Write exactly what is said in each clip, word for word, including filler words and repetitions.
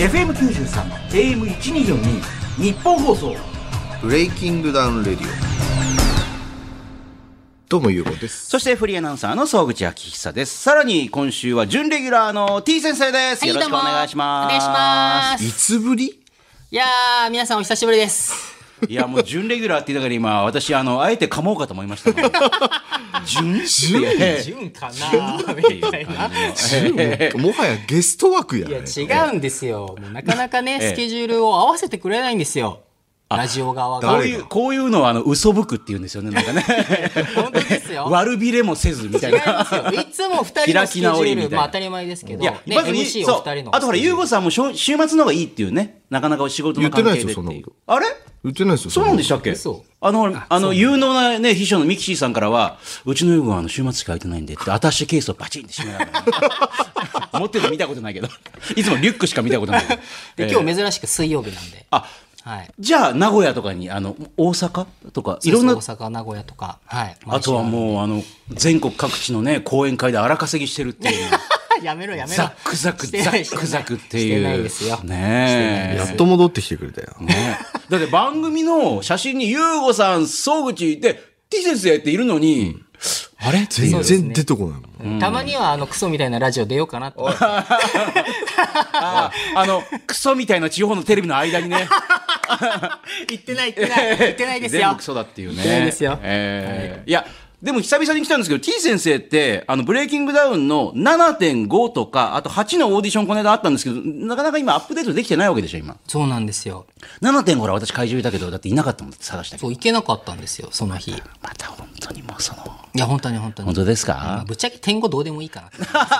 エフエムきゅうじゅうさん エーエムせんにひゃくよんじゅうに 日本放送ブレイキングダウンレディオ。どうもゆうごです。 そしてフリーアナウンサーの総口昭久です。さらに今週は準レギュラーの T 先生です、はい、よろしくお願いします。 お願いします。 いつぶり？ いやー皆さんお久しぶりです。 いやもう準レギュラーって言ったから今私あのあえて噛もうかと思いましたもん。準準準かなみたいな。 準もはやゲスト枠や、ね、 いや違うんですよ。もうなかなかねスケジュールを合わせてくれないんですよ。ラジオ側がこういうこういうのはあの嘘吹くって言うんですよね。なんかね本当ですよ。 悪びれもせずみたいな。 違いますよ。いつもふたりのスケジュールまあ当たり前ですけど。いや、ね、まず エムシー お二人の。 あとほらゆうごさんも週末の方がいいっていうね。なかなか仕事の関係でっていう。 言ってないですよそんなこと。 あれ？ 言ってないですよ。 そうなんでしたっけ？あのあの有能なね秘書のミキシーさんからはうちのゆうごはあの週末しか空いてないんでってアタッシェケースをバチンって閉めながら持ってるの見たことないけどいつもリュックしか見たことないけど。 で今日珍しく水曜日なんで。 あ。はい、じゃあ名古屋とかにあの大阪とかいろんな大阪名古屋とか、はい、 あとはもうあの全国各地のね講演会で荒稼ぎしてるっていうやめろやめろザックザクザックザクっていうしてないですよねえやっと戻ってきてくれたよ、 ね、だって番組の写真にゆうごさん総口いて T 先生っているのに、うんあれ全然出てこないもん、 うん、たまにはあのクソみたいなラジオ出ようかなってああのクソみたいな地方のテレビの間にね言ってない言ってない言ってないですよ全部クソだっていうね言ってないですよ、 えーはい、いやでも久々に来たんですけど T 先生ってあのブレイキングダウンの ななてんご とかあとはちのオーディションこの間あったんですけどなかなか今アップデートできてないわけでしょ今。 そうなんですよ。 ななてんご は私会場いたけどだっていなかったもんって探したけどそう行けなかったんですよその日。 また本当にもうそのいや本当に本当に本当ですか、 まあ、ぶっちゃけ点ごどうでもいいかなって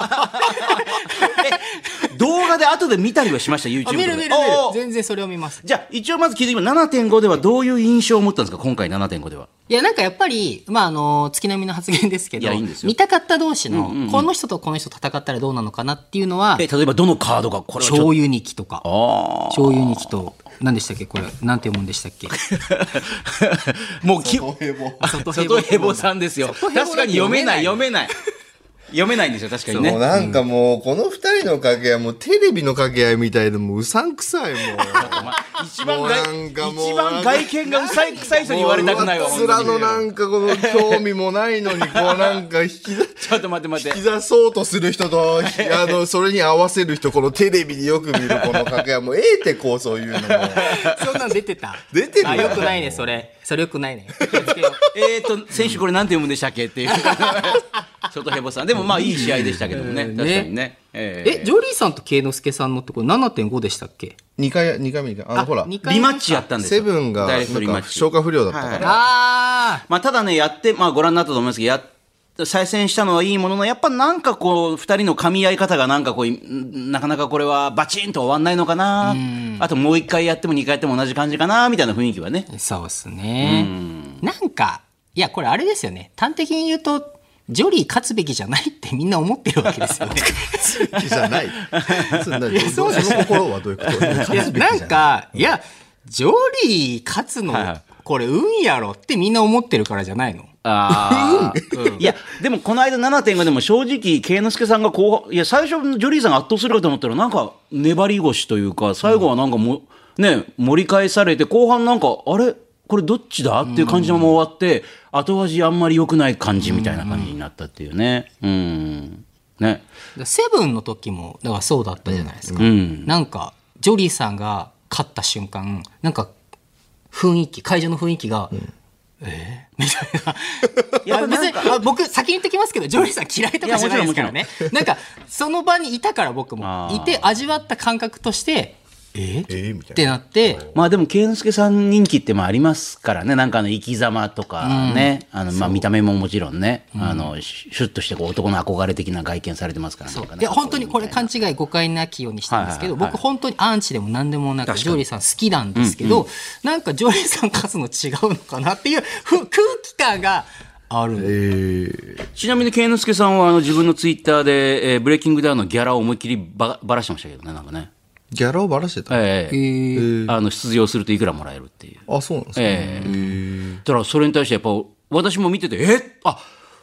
動画で後で見たりはしました YouTube で。 見る見る見る全然それを見ます。 じゃあ一応まず聞いて今 ななてんご ではどういう印象を持ったんですか今回 ななてんご では。 いやなんかやっぱりまああの月並みの発言ですけどいやいいんですよ見たかった同士の、 うんうんうん、 この人とこの人戦ったらどうなのかなっていうのはえ例えばどのカードがこれは超ユニキとかあ超ユニキと何でしたっけこれなんて読むんでしたっけもうき外ヘボ外ヘボさんですよ。確かに読めない読めない読めないんですよ確かにね。 もうなんかもうこの二人の掛け合いもうテレビの掛け合いみたいでもううさんくさいもう一番外一番外見がうさいくさい人に言われたくないわ。 つらのなんかこの興味もないのにこうなんか引き出ちょっと待って待って引き出そうとする人とあのそれに合わせる人このテレビによく見るこの掛け合いもうええってこうそういうのもそんなん出てた出てるあよくないねそれそれよくないねえっと選手これなんて読むんでしたっけっていう外ヘボさんでもまあいい試合でしたけどもね、確かにね、えー、 えジョリーさんと慶之助さんのってこれ ななてんご でしたっけ。 にかいにかいめにあのほらリマッチやったんですよ。 セブンがなんか消化不良だったから、はい、 あまあただねやってまあご覧になったと思いますけどや再戦したのはいいもののやっぱなんかこうふたりの噛み合い方がなんかこうなかなかこれはバチンと終わんないのかな、あともういっかいやってもにかいやっても同じ感じかなみたいな雰囲気はね。 そうですね。なんかいやこれあれですよね端的に言うとジョリー勝つべきじゃないってみんな思ってるわけですよね。 勝つべきじゃない。その心はどういうこと？ いやなんかいやジョリー勝つの、はいはい、これ運やろってみんな思ってるからじゃないの。 あうん、いやでもこの間 ななてんご でも正直慶之助さんが後半いや最初ジョリーさんが圧倒するかと思ったらなんか粘り腰というか最後はなんかも、うん、ね盛り返されて後半なんかあれこれどっちだっていう感じのまま終わって、うん、後味あんまり良くない感じみたいな感じになったっていうね。うん、うんねセブンの時もだからそうだったじゃないですか、うん、なんかジョリーさんが勝った瞬間なんか雰囲気会場の雰囲気が、うんえー、みたいな。いや別にあ僕先に言ってきますけどジョリーさん嫌いとかじゃないですからね。なんかその場にいたから僕もいて味わった感覚としてえー、えー、みたいなってなってまあでも慶之助さん人気ってまあありますからねなんかあの生き様とかね、うん、あのまあ見た目ももちろんね、うん、あのシュッとしてこう男の憧れ的な外見されてますからね。 いや本当にこれ勘違い誤解なきようにしたんですけど、はいはいはい、僕本当にアンチでも何でもなくジョリーさん好きなんですけど、うんうん、なんかジョリーさん勝つの違うのかなっていう空気感がある、 えー、ちなみに慶之助さんはあの自分のツイッターで、えー、ブレイキングダウンのギャラを思いっきりばばらしてましたけどねなんかねギャラをばらしてた、 えーえー、あの出場するといくらもらえるっていう。 あそうなんですか、 えー、だからそれに対してやっぱ私も見ててえあ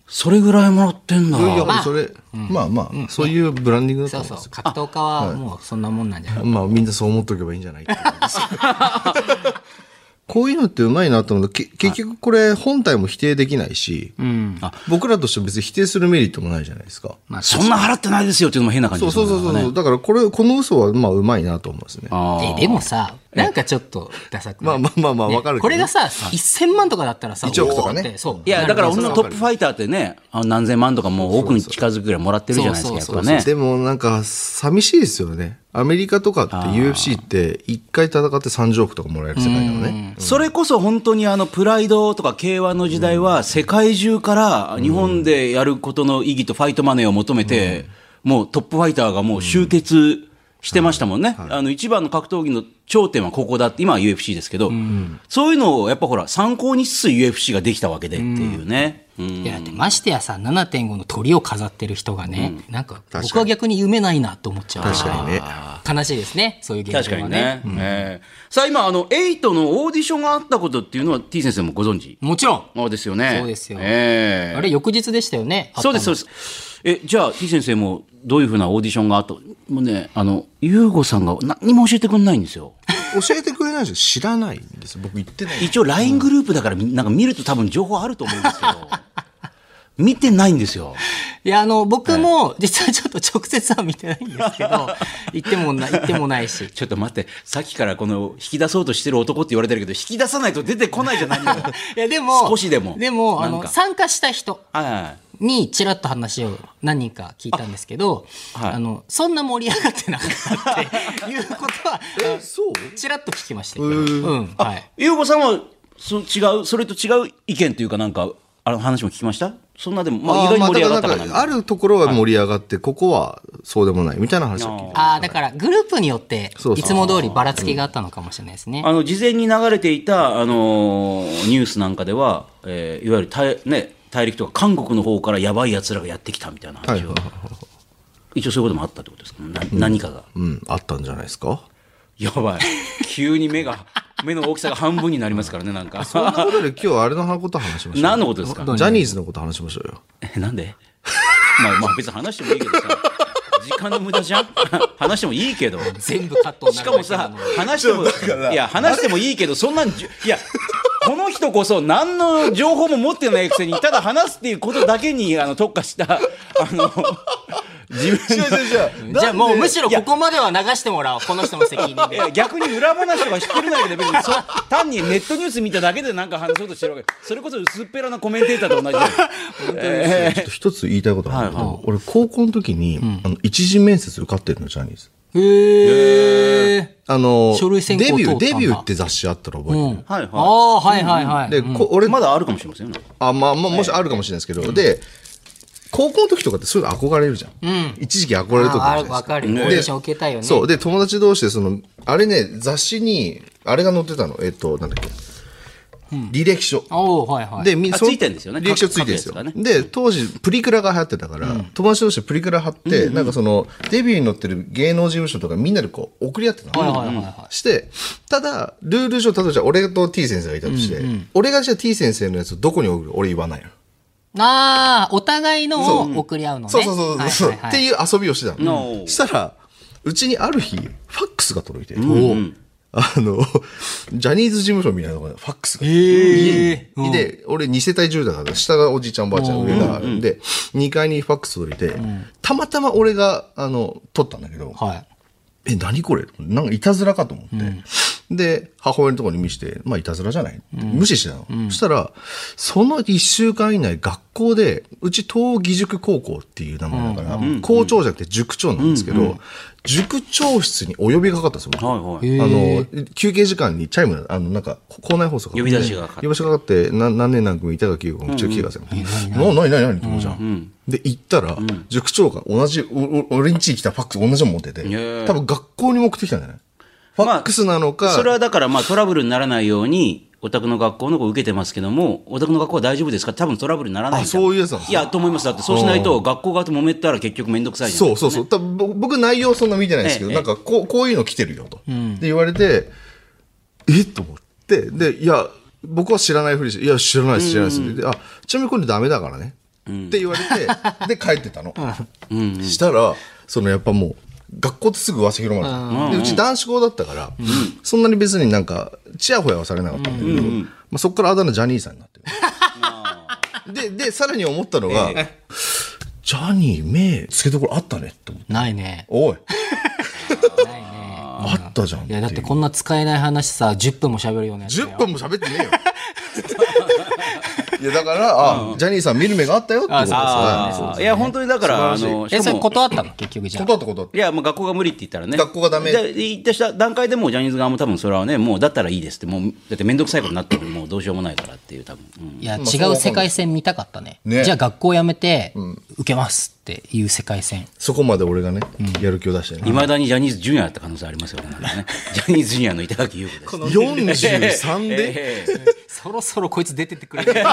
それぐらいもらってんだ。 いや、 まあそれ、まあまあ、そういうブランディングだとそうそう思うんですよ。 格闘家はもうそんなもんなんじゃない。 まあみんなそう思っとけばいいんじゃないってことですこういうのってうまいなと思うけ結局これ本体も否定できないし、 うん僕らとしては別に否定するメリットもないじゃないですか。 まあそんな払ってないですよっていうのも変な感じそうですね。 そうそうそう、だからこれこの嘘はまあうまいなと思いますね。 あーえでもさなんかちょっとダサくない。 まあまあまあまあわかるけどねこれがさせんまんとかだったらさいちおくとかねおーってそういやだから俺のトップファァイターってね、あの何千万とかもう奥に近づくぐらいもらってるじゃないですか、やっそうそうぱね。 でもなんか寂しいですよね。アメリカとかって ユーエフシー っていっかい戦ってさんじゅうおくとかもらえる世界なのね。 それこそ本当にあのプライドとか ケーワン の時代は世界中から日本でやることの意義とファイトマネーを求めて、もうトップファイターがもう集結してましたもんね。あの一番の格闘技の頂点はここだって、今は ユーエフシー ですけど、そういうのをやっぱほら参考にしつつ ユーエフシー ができたわけでっていうね。うんいやでましてやさ ななてんご の鳥を飾ってる人がね、なんか僕は逆に夢ないなと思っちゃう。 確かにね。 悲しいですねそういう現確かに象はね。 ね。えーさあ今あのエイトのオーディションがあったことっていうのは T 先生もご存知？ もちろんそうですよね。 そうですよえーあれ翌日でしたよね。 そうですそうです。えじゃあ T 先生もどういうふうなオーディションがあった？もうねあのユーゴさんが何も教えてくれないんですよ。 教えてくれないし知らないんですよ。僕言ってない。 一応 ライン グループだからみなんか見ると多分情報あると思うんですけど見てないんですよ。 いやあの僕も実はちょっと直接は見てないんですけど言ってもな言ってもないしちょっと待ってさっきからこの引き出そうとしてる男って言われてるけど引き出さないと出てこないじゃないのよ。 いやでも少しでもでもあなんかの参加した人はいはいはいにちらっと話を何人か聞いたんですけどあ、 はいのそんな盛り上がってなかったっていうことはえそうちらっと聞きましたけど、うんはい、 ユーゴさんはそ違うそれと違う意見というかなんかあの話も聞きました？そんなでも、まあ、意外に盛り上がったかなみたいな。 あるところは盛り上がって、ここはそうでもないみたいな話を聞いて。 ああだからグループによってそうそういつも通りばらつきがあったのかもしれないですね。 あの事前に流れていた、あのーニュースなんかでは、えーいわゆる大,、ね、大陸とか韓国の方からやばいやつらがやってきたみたいな話を、 はいはいはい一応そういうこともあったってことですか、な何かが。 うん、あったんじゃないですか。 やばい急に目が目の大きさが半分になりますからねなんかそんなことで今日あれのこと話しましょう。 何のことですか？ ジャニーズのこと話しましょうよ。 えなんでまあまあ別に話してもいいけどさ時間の無駄じゃん話してもいいけど全部カットになるしかもさ話してもいや話してもいいけどそんなんじゅいやこの人こそ何の情報も持ってないくせにただ話すっていうことだけにあの特化したあの自分のじゃあもうむしろここまでは流してもらおうこの人の責任で。 いや逆に裏話とか知ってるんだけど別にそ単にネットニュース見ただけでなんか話そうとしてるわけそれこそ薄っぺらなコメンテーターと同じでちょっと一つ言いたいことあるんだけど、 はいはい俺高校の時に、あの一次面接受かってるのジャニーズ。 へえ。 あの書類選考デビュー通ったんだデビューって雑誌あったら覚えてる。 はいはいああはいはいはい。 で、こ俺まだあるかもしれませんよねあまあまあもしあるかもしれないですけど、で高校の時とかってそういうの憧れるじゃん。一時期憧れる時あああるじゃないですか。 わかる。オーでディション受けたいよね。 そうで友達同士でそのあれね雑誌にあれが載ってたのえっとなんだっけ、履歴書。 おおはいはい。 で、みそのあついてんですよね履歴書ついてるんですよ。 各各やつがで、当時、プリクラが流行ってたから、友達同士でプリクラ貼って、なんかその、デビューに載ってる芸能事務所とかみんなでこう、送り合ってたの。 はいはいはいはして、ただ、ルール上、例えばじゃあ俺と T 先生がいたとして、俺がじゃあ T 先生のやつをどこに送る俺言わないの。 ああお互いのを送り合うのね。 そうそうそうそう、 はいはいはいっていう遊びをしてたの。 うんしたら、うちにある日、ファックスが届いて、あの、ジャニーズ事務所みたいなところでファックスが。 へえ。 家にで、俺に世帯住宅だから、下がおじいちゃんおばあちゃん、上があるんで、にかいにファックス届いて、たまたま俺が、あの、取ったんだけど、 はい。 え、何これなんかいたずらかと思って。で、母親のところに見せて、まあ、いたずらじゃない、無視してたの。そしたら、そのいっしゅうかん以内、学校で、うち東義塾高校っていう名前だから、校長じゃなくて塾長なんですけど、塾長室にお呼びがかかったんですよ。僕はいはいあの、休憩時間にチャイム、あの、なんか、校内放送が。 呼び出しがかかって呼び出しがかかって、な何年何組板垣優子もちょっと来てください。な、なになになにって思うじゃん。で、行ったら、塾長が同じ、おお俺ん家に来たファックス同じの持ってて、 ー多分学校にも送ってきたんじゃないファックスなのか、 それはだからまあトラブルにならないようにお宅の学校の子受けてますけどもお宅の学校は大丈夫ですか多分トラブルにならないあんじゃんそういうやつなんですいやと思いますだってそうしないと学校側と揉めたら結局めんどくさいじゃんそうそうそう。多分僕僕内容そんな見てないですけど、 ええなんかこう、こういうの来てるよと。で言われて、えと思って、で、いや、僕は知らないふりして、いや、知らないです、知らないです。であ、ちなみにこれダメだからね。 って言われて、で帰ってたの。したら、そのやっぱもう、学校ってすぐ噂広まるじゃん。で、うち男子校だったから、そんなに別になんか、ちやほやはされなかったんだけど、まあ、そっからあだ名ジャニーさんになってる。で、で、さらに思ったのが、ジャニー目つけどころあったねって思って。 ないね。 おい。 ないね。 あったじゃん。 いや、だってこんな使えない話さ、じゅっぷんも喋るようなやつじゅっぷんも喋ってねえよ。いや、だから、あ、ジャニーさん見る目があったよってことですね。 ああ、いや、本当にだから、あの、 え、それ断ったの結局じゃあ。 断ったこといや、もう学校が無理って言ったらね。 学校がダメ。 で、言ったした段階でもうジャニーズ側も多分それはね、もうだったらいいですって、もう、だって面倒くさいことになってるもうどうしようもないからっていう多分。うん、 いや、違う世界線見たかったね。 ねじゃあ学校辞めて、受けますっていう世界線。 そこまで俺がね、やる気を出してね。 いまだにジャニーズジュニアだった可能性ありますよね。なんかねジャニーズジュニアの板垣優子です。 よんじゅうさんでそろそろこいつ出てってくれる。 い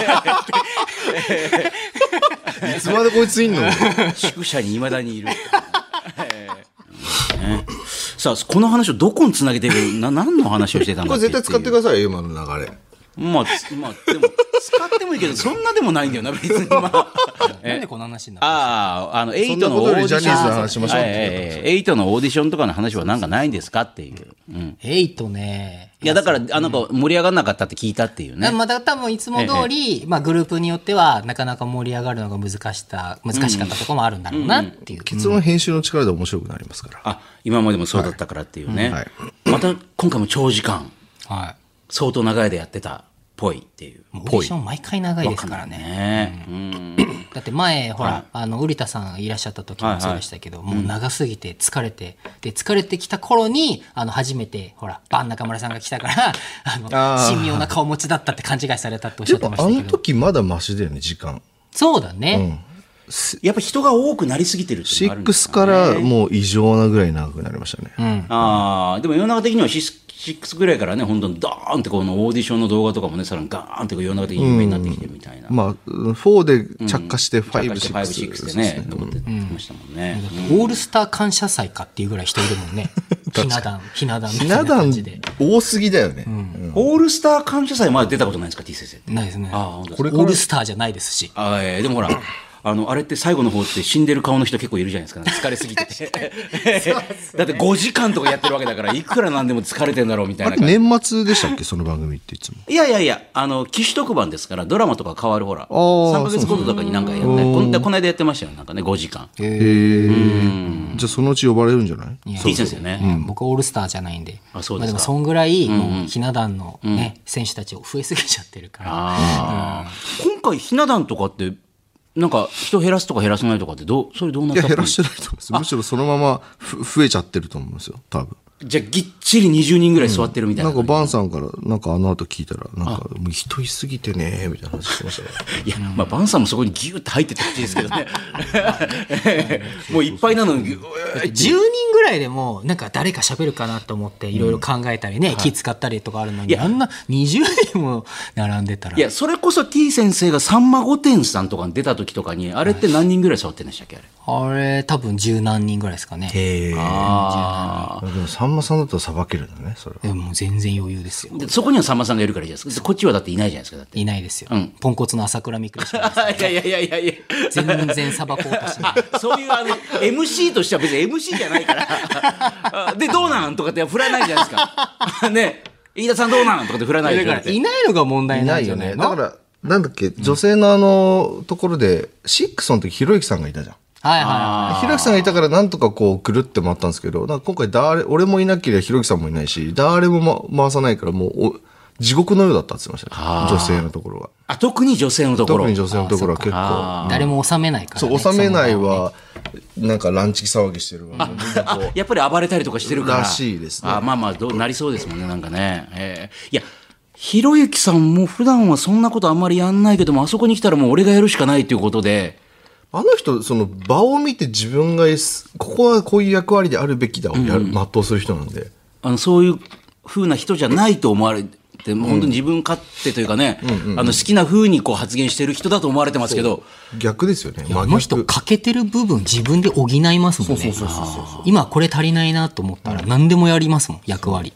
つまでこいついんの宿舎にいまだにいる。えーね、さあ、この話をどこにつなげていくな、何の話をしてたんだこれ絶対使ってくださいよ、今の流れ。 まあ、まあ、でも、使ってもいいけど、そんなでもないんだよな、別に。まあ、 なんでこの話になるああ、あの、エイトのそんなことよりオーディション。 ジャニーズの話しましょうってええエイトのオーディションとかの話はなんかないんですかっていう。うん。 エイトね。 いや、だから、あの、盛り上がらなかったって聞いたっていうね。 まあ、だ多分いつも通り、まあ、グループによっては、なかなか盛り上がるのが難しかった、難しかったところもあるんだろうなっていう。 結論編集の力で面白くなりますから。 あ、今までもそうだったからっていうね。 はいまた、今回も長時間、 はい。 相当長い間やってた。ぽいっていう。 オーディション毎回長いですからね。 ねうんだって前、ほら、あの、瓜田さんいらっしゃった時もそうでしたけど、もう長すぎて疲れて、で、疲れてきた頃に、あの、初めて、ほら、バン中村さんが来たから、あの、 あー神妙な顔持ちだったって勘違いされたっておっしゃってでもあのましたけど。 時まだマシだよね、時間。 そうだね。 やっぱ人が多くなりすぎてるっていうのがあるんですろくかね。 からもう異常なぐらい長くなりましたね。 ああ、でも世の中的にはシックスぐらいからね、本当にドーンってこのオーディションの動画とかもね、さらにガーンってこう世の中的に有名になってきてるみたいな。 まあ、フォーで着火してファイブ、 着火してシックスファイブシックスでね、残ってましたもんね。 オールスター感謝祭かっていうぐらい人いるもんね。ひな壇、ひな壇みたいなひな壇感じで。 多すぎだよね。 オールスター感謝祭まで出たことないですか、T 先生って。 ないですね。 ああ、本当ですこれオールスターじゃないですし。 あーえーでもほら、あの、あれって最後の方って死んでる顔の人結構いるじゃないですか。疲れすぎてて。だってごじかんとかやってるわけだから、いくらなんでも疲れてんだろうみたいあれな感じ。 年末でしたっけ、その番組っていつも。 いやいやいや、あの、機種特番ですから、ドラマとか変わるほら、 ーさんかげつごととかに何かやって、こんこの間やってましたよ、なんかね、ごじかん。 へえ。じゃあそのうち呼ばれるんじゃない T 先生ね。 僕はオールスターじゃないんで。 あそうですかまあでもそんぐらい、もうひな壇のね、選手たちを増えすぎちゃってるから。 あー今回、ひな壇とかって、なんか人減らすとか減らさないとかってどう、それどうなっいや、 た減らしてないと思います。むしろそのままふ増えちゃってると思うんですよ、多分。 じゃあ、ぎっちりにじゅうにんぐらい座ってるみたいな。 なんかバンさんから、なんかあの後聞いたら、なんかもう人いすぎてね、みたいな話してましたから。 いや、まあ、バンさんもそこにギューって入っててほしいですけどね。もういっぱいなのにギューって。 じゅうにんぐらいでも、なんか誰か喋るかなと思って、いろいろ考えたりね、気使ったりとかあるのに、あんなにじゅうにんも並んでたら。 いや、それこそ T 先生がさんま御殿さんとかに出た時とかに、あれって何人ぐらい座ってんでしたっけ、あれ。 あれ、多分十何人ぐらいですかね。 へえ。 あでもさんまさんだったらさばけるんだね、それは。 でももう全然余裕ですよ。 でそこにはさんまさんがいるからいいじゃないですか。こっちはだっていないじゃないですか、だって。 いないですよ。 うんポンコツの朝倉未来しかいないです。 いやいやいやいやいや。 全然さばこうとしてない。 そういうあの エムシー としては別に エムシー じゃないからでどうなんとかって振らないじゃないですかね、飯田さんどうなんとかって振らないじゃないだからいないのが問題いななんいよね。 じゃないの。 だから、なんだっけ、女性のあの、ところで、シックスの時、ひろゆきさんがいたじゃん。 はいはひろゆきさんがいたからなんとかこうくるって回ったんですけど、なんか今回誰、俺もいなければひろゆきさんもいないし、誰も、ま、回さないからもうお地獄のようだったって言ってましたね。女性のところは。 あ特に女性のところ特に女性のところは結構。 い。誰も収めないからね。 そう、収めないその場をね。 は、なんかランチ騒ぎしてるわ。もうみんなこうやっぱり暴れたりとかしてるかららしいですねあまあまあどうなりそうですもんねなんかね、えーいやひろゆきさんも普段はそんなことあんまりやんないけどもあそこに来たらもう俺がやるしかないということであの人、その場を見て自分が、ここはこういう役割であるべきだをやる、全うする人なんで。 あのそういう風な人じゃないと思われて、もう本当に自分勝手というかね、あの好きな風にこう発言してる人だと思われてますけど、 逆ですよね。 あの人欠けてる部分自分で補いますもんね。今これ足りないなと思ったら何でもやりますもん、役割。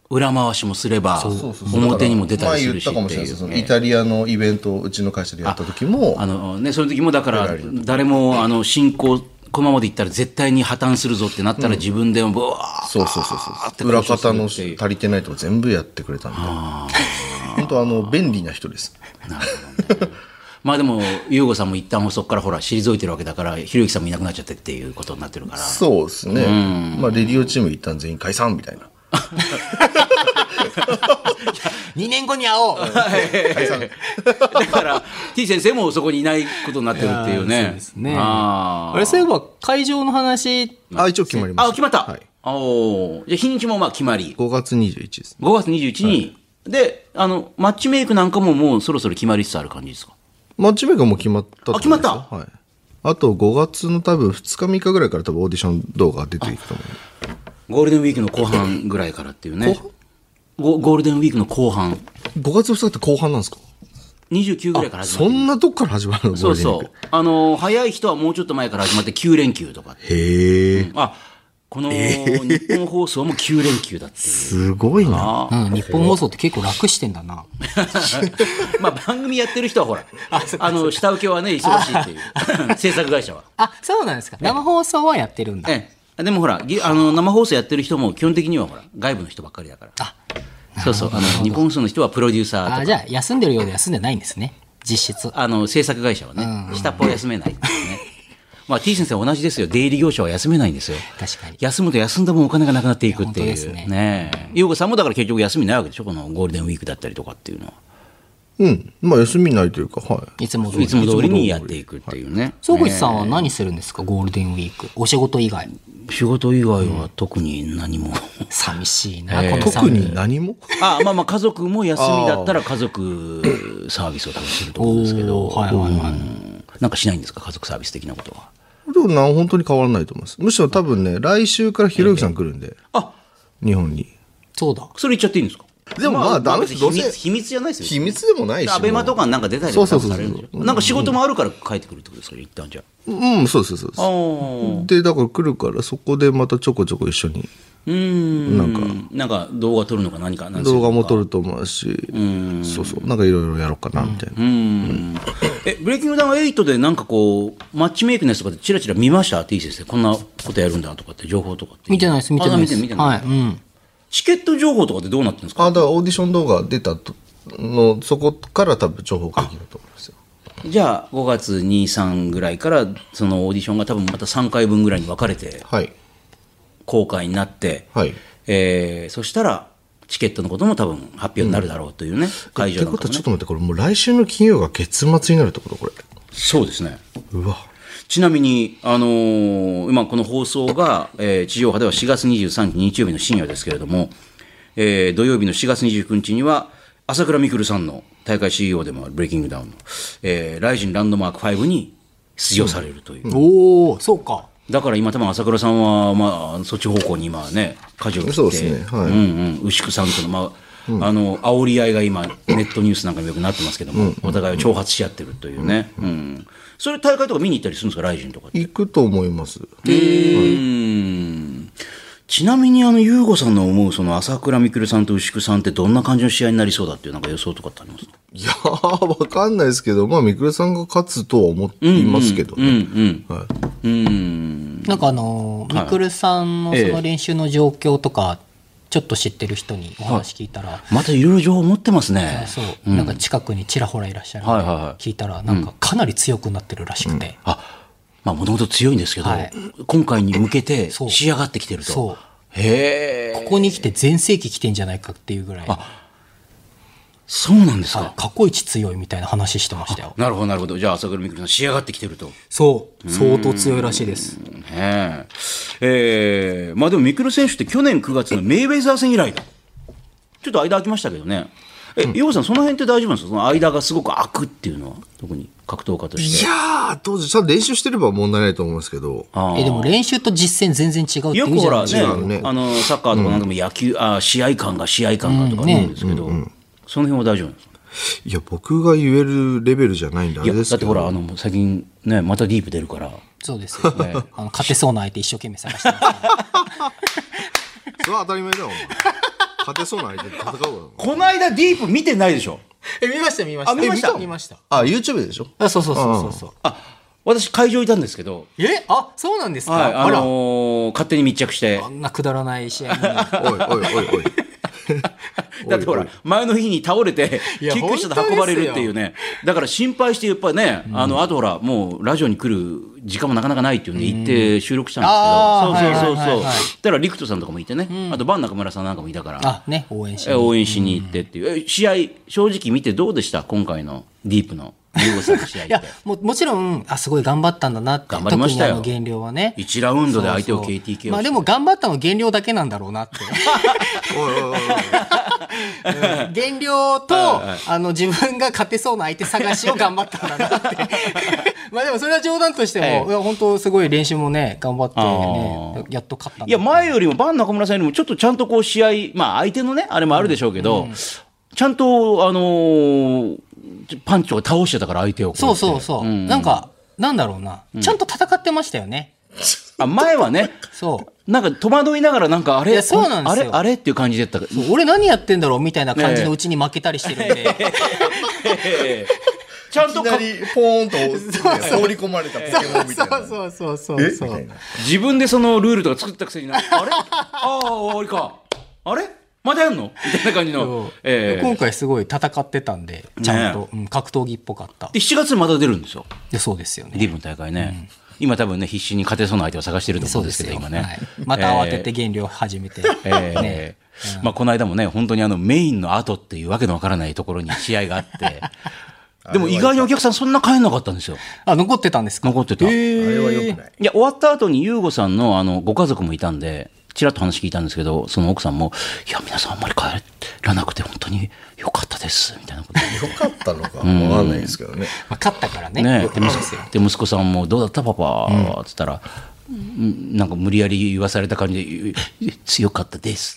裏回しもすれば表にも出たりするしって前言ったかもしれないです。そのいうイタリアのイベントをうちの会社でやった時も、 あのね、その時もだから誰もあの進行このままでいったら絶対に破綻するぞってなったら自分でもブワーそうそうそうそう。裏方の足りてないとこ全部やってくれたんで。本当あの便利な人です。 なるほどね。まあでも優吾さんも一旦そこからほら退いてるわけだからひろゆきさんもいなくなっちゃってっていうことになってるから。 そうですね。まあレディオチーム一旦全員解散みたいな。 にねんごに会おう。 解散。 だから T 先生もそこにいないことになってるっていうね。 そうですね。 ああれそういえば会場の話、 あ、一応決まりました。 あ、決まった。 はい。 おーじゃあ日にちもまあ決まり。 ごがつにじゅういちです。 ごがつにじゅういちに、はい、で、あの、マッチメイクなんかももうそろそろ決まりつつある感じですか？ マッチメイクはもう決まったと思いますよ。 あ決まったはい。あとごがつの多分ふつかみっかぐらいから多分オーディション動画が出ていくと思うんで。 ゴールデンウィークの後半ぐらいからっていうね。ゴ, ゴールデンウィークの後半。 ごがつふつかって後半なんですか？ にじゅうくぐらいから始まってそんなとこから始まるの？ そうそう。あの、早い人はもうちょっと前から始まってきゅうれんきゅうとかって。 へえ。 あ、この日本放送もきゅうれんきゅうだっていう。 すごいな。 うん、日本放送って結構楽してんだな。 まあ番組やってる人はほら、あの、下請けはね、忙しいっていう。制作会社は。 あ、そうなんですか。生放送はやってるんだ。 ええ。でもほら、ぎあの生放送やってる人も基本的にはほら、外部の人ばっかりだから。 あ、 そうそう。あの、日本放送の人はプロデューサーとか。 あ、じゃあ休んでるようで休んでないんですね。実質。 あの、制作会社はね、下っ端は休めないっていうね。まあ T 先生同じですよ。出入り業者は休めないんですよ。 確かに。 休むと休んだ分お金がなくなっていくっていう。 本当ですね。 ねえ。優子さんもだから結局休みないわけでしょ、このゴールデンウィークだったりとかっていうのは。 うん。まあ休みないというか、はい。 いつも通り。 いつも通りにやっていくっていうね。 総口さんは何するんですか、ゴールデンウィーク。お仕事以外。 仕事以外は特に何も。 寂しいな、 えーこの特寒いに何もあまあまあ家族も休みだったら家族サービスを多分すると思うんですけど。 おーはいはいはいうんなんかしないんですか、家族サービス的なことは。 でもな本当に変わらないと思います。むしろ多分ね、来週からひろゆきさん来るんで、 あ日本に。 そうだ。 それ言っちゃっていいんですか？ でもまあダメです。どうせ秘密秘密じゃないですよ。 秘密でもないし。 アベマとかになんか出たりとかそうそうそうされるんでしょ。なんか仕事もあるから帰ってくるってことですか、一旦じゃあ。 うん、そうですそうです。 あーで、だから来るからそこでまたちょこちょこ一緒にうーんなんかなんか動画撮るのか何か何するのか動画も撮ると思うし、そうそう、なんかいろいろやろうかなみたいな。 うんえブレイキングダウンエイトでなんかこうマッチメイクのやつとかでチラチラ見ました T 先生、こんなことやるんだとかって情報とかって見てないです、見てないです。 あ見て見てない、 はい。うん。 チケット情報とかってどうなってるんですか？ あ、だからオーディション動画出たとのそこから多分情報解禁だと思いますよ。 じゃあごがつに、さんぐらいからそのオーディションが多分またさんかいぶんぐらいに分かれてはい公開になって、 はい。 えーそしたらチケットのことも多分発表になるだろうというね、会ってこと場なんかもね。 はちょっと待って、これもう来週の金曜が月末になるってことこれ。 そうですね。 うわ。 ちなみに、あのー今この放送が、えー地上波ではしがつにじゅうさんにち日曜日の深夜ですけれども、えー土曜日のしがつにじゅうくにちには朝倉未来さんの大会 シーイーオー でもあるブレイキングダウンの、えーライジンランドマークファイブに出場されるという、 おお、そうか。 だから今多分朝倉さんは、まあ、そっち方向に今ね舵を切って、 そうですねはいうんうん、牛久さんとの、まああの煽り合いが今ネットニュースなんかにもよくなってますけども、お互いを挑発し合ってるというね、うんそれ大会とか見に行ったりするんですか、ライジンとかって。 行くと思います。 うんちなみにあの優吾さんの思うその朝倉未来さんと牛久さんってどんな感じの試合になりそうだっていうなんか予想とかってありますか？ いやー、わかんないですけど、まあ、みくるさんが勝つとは思いますけどうんうね。 んはいうんなんかあのー、みくるさんのその練習の状況とか、ちょっと知ってる人にお話聞いたら、 またいろいろ情報持ってますね。 そう、なんか近くにちらほらいらっしゃるんで、 はいはいはい聞いたら、なんかかなり強くなってるらしくて、 あまあもともと強いんですけど、 はい今回に向けてそう仕上がってきてると。 そうへえ。 ここに来て全盛期来てんじゃないかっていうぐらい、 そうなんですか。 はい過去一強いみたいな話してましたよ。 なるほどなるほど。じゃあ朝倉未来さん仕上がってきてると。 そう、相当強いらしいです。 ねええーまあでも未来選手って去年くがつのメイウェザー戦以来だ。ちょっと間空きましたけどね。え、ヨウさんその辺って大丈夫なんですか？その間がすごく空くっていうのは特に格闘家として。 いやー、当時、ちゃんと練習してれば問題ないと思いますけど。 あーえでも練習と実践全然違うってよ言うじゃないですくほらねか。 違うねあのサッカーとかなんかも野球、あ試合感が試合感がとか言うんですけど、その辺は大丈夫なんですか？ いや、僕が言えるレベルじゃないんであいやれですけど。 だってほらあのもう最近ねまたディープ出るから。 そうですよ、ね、あの勝てそうな相手一生懸命探してますからそれは当たり前だよ、お前。 勝てそうな相手と戦うわ。 この間ディープ見てないでしょ。 え、見ました見ました。 あ見ました見ました。 あ、YouTube でしょ。 あ、そうそうそうそうそう。 あ、私会場いたんですけど、 え、あ、そうなんですか。 はい、ああら、 のー勝手に密着してあんなくだらない試合に。 おいおいおいおい。 だってほら前の日に倒れていや救急車で運ばれるっていうね。だから心配してやっぱね、あのあとほらもうラジオに来る時間もなかなかないっていうんで行って収録したんですけど、 あーそうそうそうそう。 はいはいはいはいだから陸斗さんとかもいてね、あとバン中村さんなんかもいたから、 あ、ね、応援しえに。 応援しに行ってっていう、え試合正直見てどうでした今回のディープの優吾さんの試合っいやて。 ももちろんあすごい頑張ったんだなって。 頑張りましたよ特にあの減量はね、 いちラウンドで相手をそうそうケーティーケー をまあでも頑張ったの減量だけなんだろうなっておいおいおいおい。 うん減量とあの自分が勝てそうな相手探しを頑張ったんだなってまあでもそれは冗談としても、 ええいや本当すごい練習もね頑張ってあねやっと勝ったんだいや前よりもバン中村さんよりもちょっとちゃんとこう試合、まあ相手のねあれもあるでしょうけど、ちゃんとあのーパンチを倒してたから相手をこそうそうそう、 んなんかなんだろうな、ちゃんと戦ってましたよね。 あ前はねそうなんか戸惑いながらなんかあれいやそうなんですよあれあれっていう感じだったからそう俺何やってんだろうみたいな感じのうちに負けたりしてるんで、 ちゃんとかいきなりポーンとね放り込まれたポケモンみたいな。 そうそうそうえそうみたいな。 自分でそのルールとか作ったくせになあれああ終わりかあれまだやんのみたいな感じそうの、ええ今回すごい戦ってたんでちゃんと、うん格闘技っぽかった。 でしちがつにまた出るんですよでそうですよね。 ディープの大会ね、今多分ね必死に勝てそうな相手を探してると思うんですけど今ね、 はい、また慌てて減量始めて、 えーねまあ、この間もね本当にあのメインの後っていうわけのわからないところに試合があってでも意外にお客さんそんな帰んなかったんですよ。 あ残ってたんですか。 残ってた、 へーあれは良くない。 いや終わった後に優吾さんのあのご家族もいたんでちらっと話聞いたんですけどその奥さんも「いや皆さんあんまり帰らなくて本当に良かったです」みたいなことでよかったのかわかんないですけどね。 まあ、勝ったからねね言ってましたよ。 で息子さんも「どうだったパパ」っつったら、うんなんか無理やり言わされた感じで「強かったです」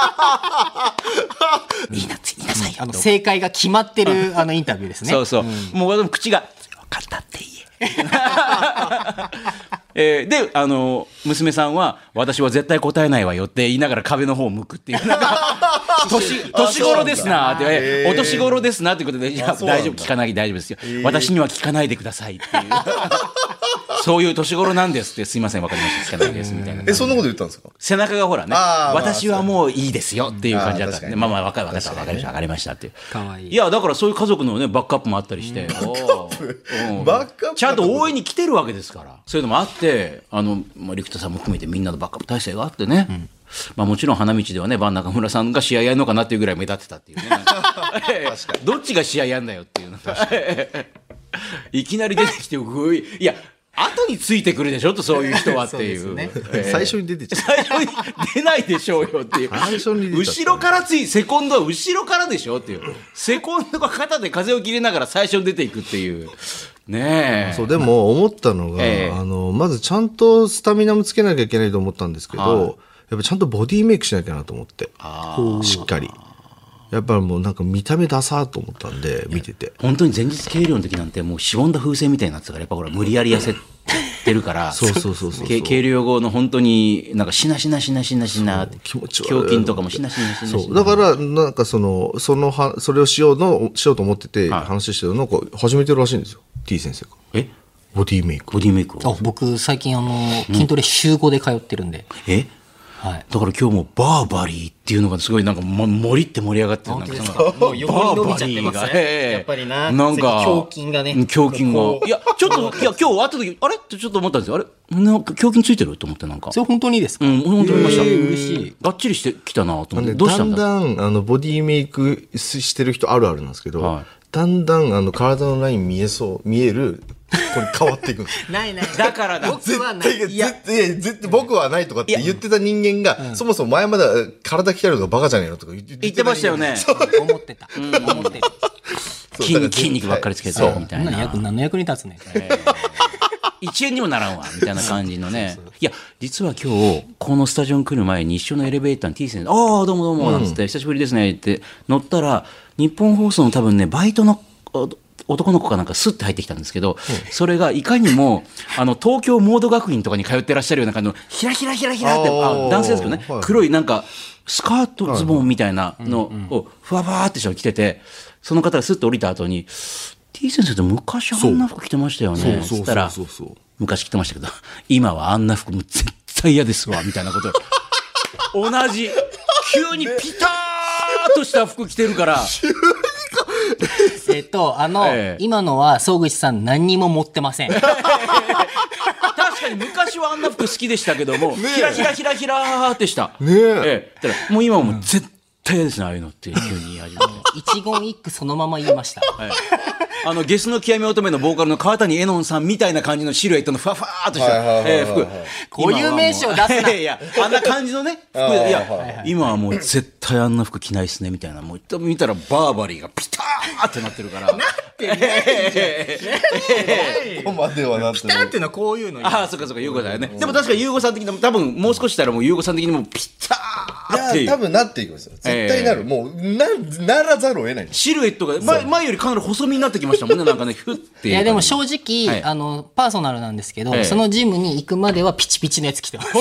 いいな言いなさいよあの正解が決まってるあのインタビューですね。 そうそう、もう私も口が「強かったって言え」えーであの娘さんは「私は絶対答えないわよ」って言いながら壁の方を向くっていうなんか年年頃ですなって、えーお年頃ですなってことで「いやそうなんだ大丈夫聞かない大丈夫ですよ、私には聞かないでください」っていうそういう年頃なんですってすいませんわかりました聞かないですみたいなえ、そんなこと言ったんですか。 背中がほらね、 あーまあ私はもういいですよっていう感じだったんで、 あー確かにまあまあ分かる分かった分かりました分かりましたっていう。 かわいい。 いやだからそういう家族のねバックアップもあったりして、おーうんバックアップちゃんと応援に来てるわけですからそういうのもあってあの、まあ、陸田さんも含めてみんなのバックアップ体制があってね、まあ、もちろん花道ではねバン中村さんが試合やるのかなっていうぐらい目立ってたっていうねなんかどっちが試合やんだよっていうのがいきなり出てきてぐいいや後についてくるでしょとそういう人はっていうそうですねえー最初に出てちゃ最初に出ないでしょうよっていう最初に出ちゃった後ろからついセコンドは後ろからでしょっていうセコンドが肩で風を切れながら最初に出ていくっていうねえう。そう、でも思ったのが、 ええあの、まずちゃんとスタミナもつけなきゃいけないと思ったんですけど、 はいやっぱちゃんとボディメイクしなきゃなと思って。しっかり。やっぱりもうなんか見た目ダサーと思ったんで、見てて。 本当に前日計量の時なんてもうしぼんだ風船みたいになってたからやっぱほら無理やり痩せてるからそうそうそうそうけ計量後の本当になんかしなしなしなしなしなって気持ち悪い胸筋とかもしなしなしなしなそう。だから、なんかその、そのは、それをしようの、しようと思ってて、 はい話してるのを始めてるらしいんですよ。T 先生が。 えボディメイク。 ボディメイクをあ僕最近あの筋トレ週ごで通ってるんで、 えはい。 だから今日もバーバリーっていうのがすごいなんか、ま、盛りって盛り上がってるなんかそのもう横に伸びちゃってますバーバリーがね。 ええやっぱりな。 なんか胸筋がね。 胸筋がこういやちょっといや今日終わった時あれってちょっと思ったんですよあれなんか胸筋ついてると思ってなんかそれ本当にですか。 うん本当に見ました、 えー嬉しい。 がっちりしてきたなと思ってねどうしたんだだんだんあのボディメイクしてる人あるあるなんですけど、 はいだんだんあの体のライン見えそう見えるこれ変わっていくんですよ。 ないない。 だからだ僕はない。 絶対絶対絶対僕はないとかって言ってた人間が、そもそも前までは体鍛えるのがバカじゃねえのとか言って言ってましたよね思ってた。思ってる。 筋肉筋肉ばっかりつけてみたいな何の役何の役に立つね。 いちえんにもならんわみたいな感じのねいや実は今日このスタジオに来る前に一緒のエレベーターに T 先生「ああどうもどうも」なんつって「久しぶりですね」って乗ったら日本放送の多分ねバイトのお男の子かなんかスッて入ってきたんですけど、それがいかにもあの東京モード学院とかに通ってらっしゃるような感じのひらひらひらひらってああー男性ですけどね、 はい黒いなんかスカートズボンみたいなのをふわふわって人が着てて、その方がスッと降りた後に T 先生って昔あんな服着てましたよね。そしたら昔着てましたけど今はあんな服もう絶対嫌ですわみたいなこと同じ急にピターッとした服着てるからえっとあの、 ええ今のは総口さん何にも持ってません。 確かに昔はあんな服好きでしたけども、ひらひらひらひらーってした。 ねええ。ただもう今はもう絶対嫌ですね、ああいうのって急に言い始めて。 一言一句そのまま言いました。 はい、あのゲスの極み乙女のボーカルの川谷絵音さんみたいな感じのシルエットのふわふわーっとしたえー服こういう名詞を出すな。 いやあんな感じのね服いや今はもう絶対あんな服着ないっすねみたいなもう見たらバーバリーがピターってなってるからなってねここまではなってピタっていうのはこういうの。 ああそっかそっか優子さんねでも確かに優子さん的にも多分もう少ししたらもう優子さん的にもピターっていういや多分なっていきますよ絶対なる、もうなならざるを得ないんです。 シルエットが前前よりかなり細身になってきましたもんねなんかねふっていういやでも正直、 はいあのパーソナルなんですけど、 ええそのジムに行くまではピチピチのやつ着てます。 もう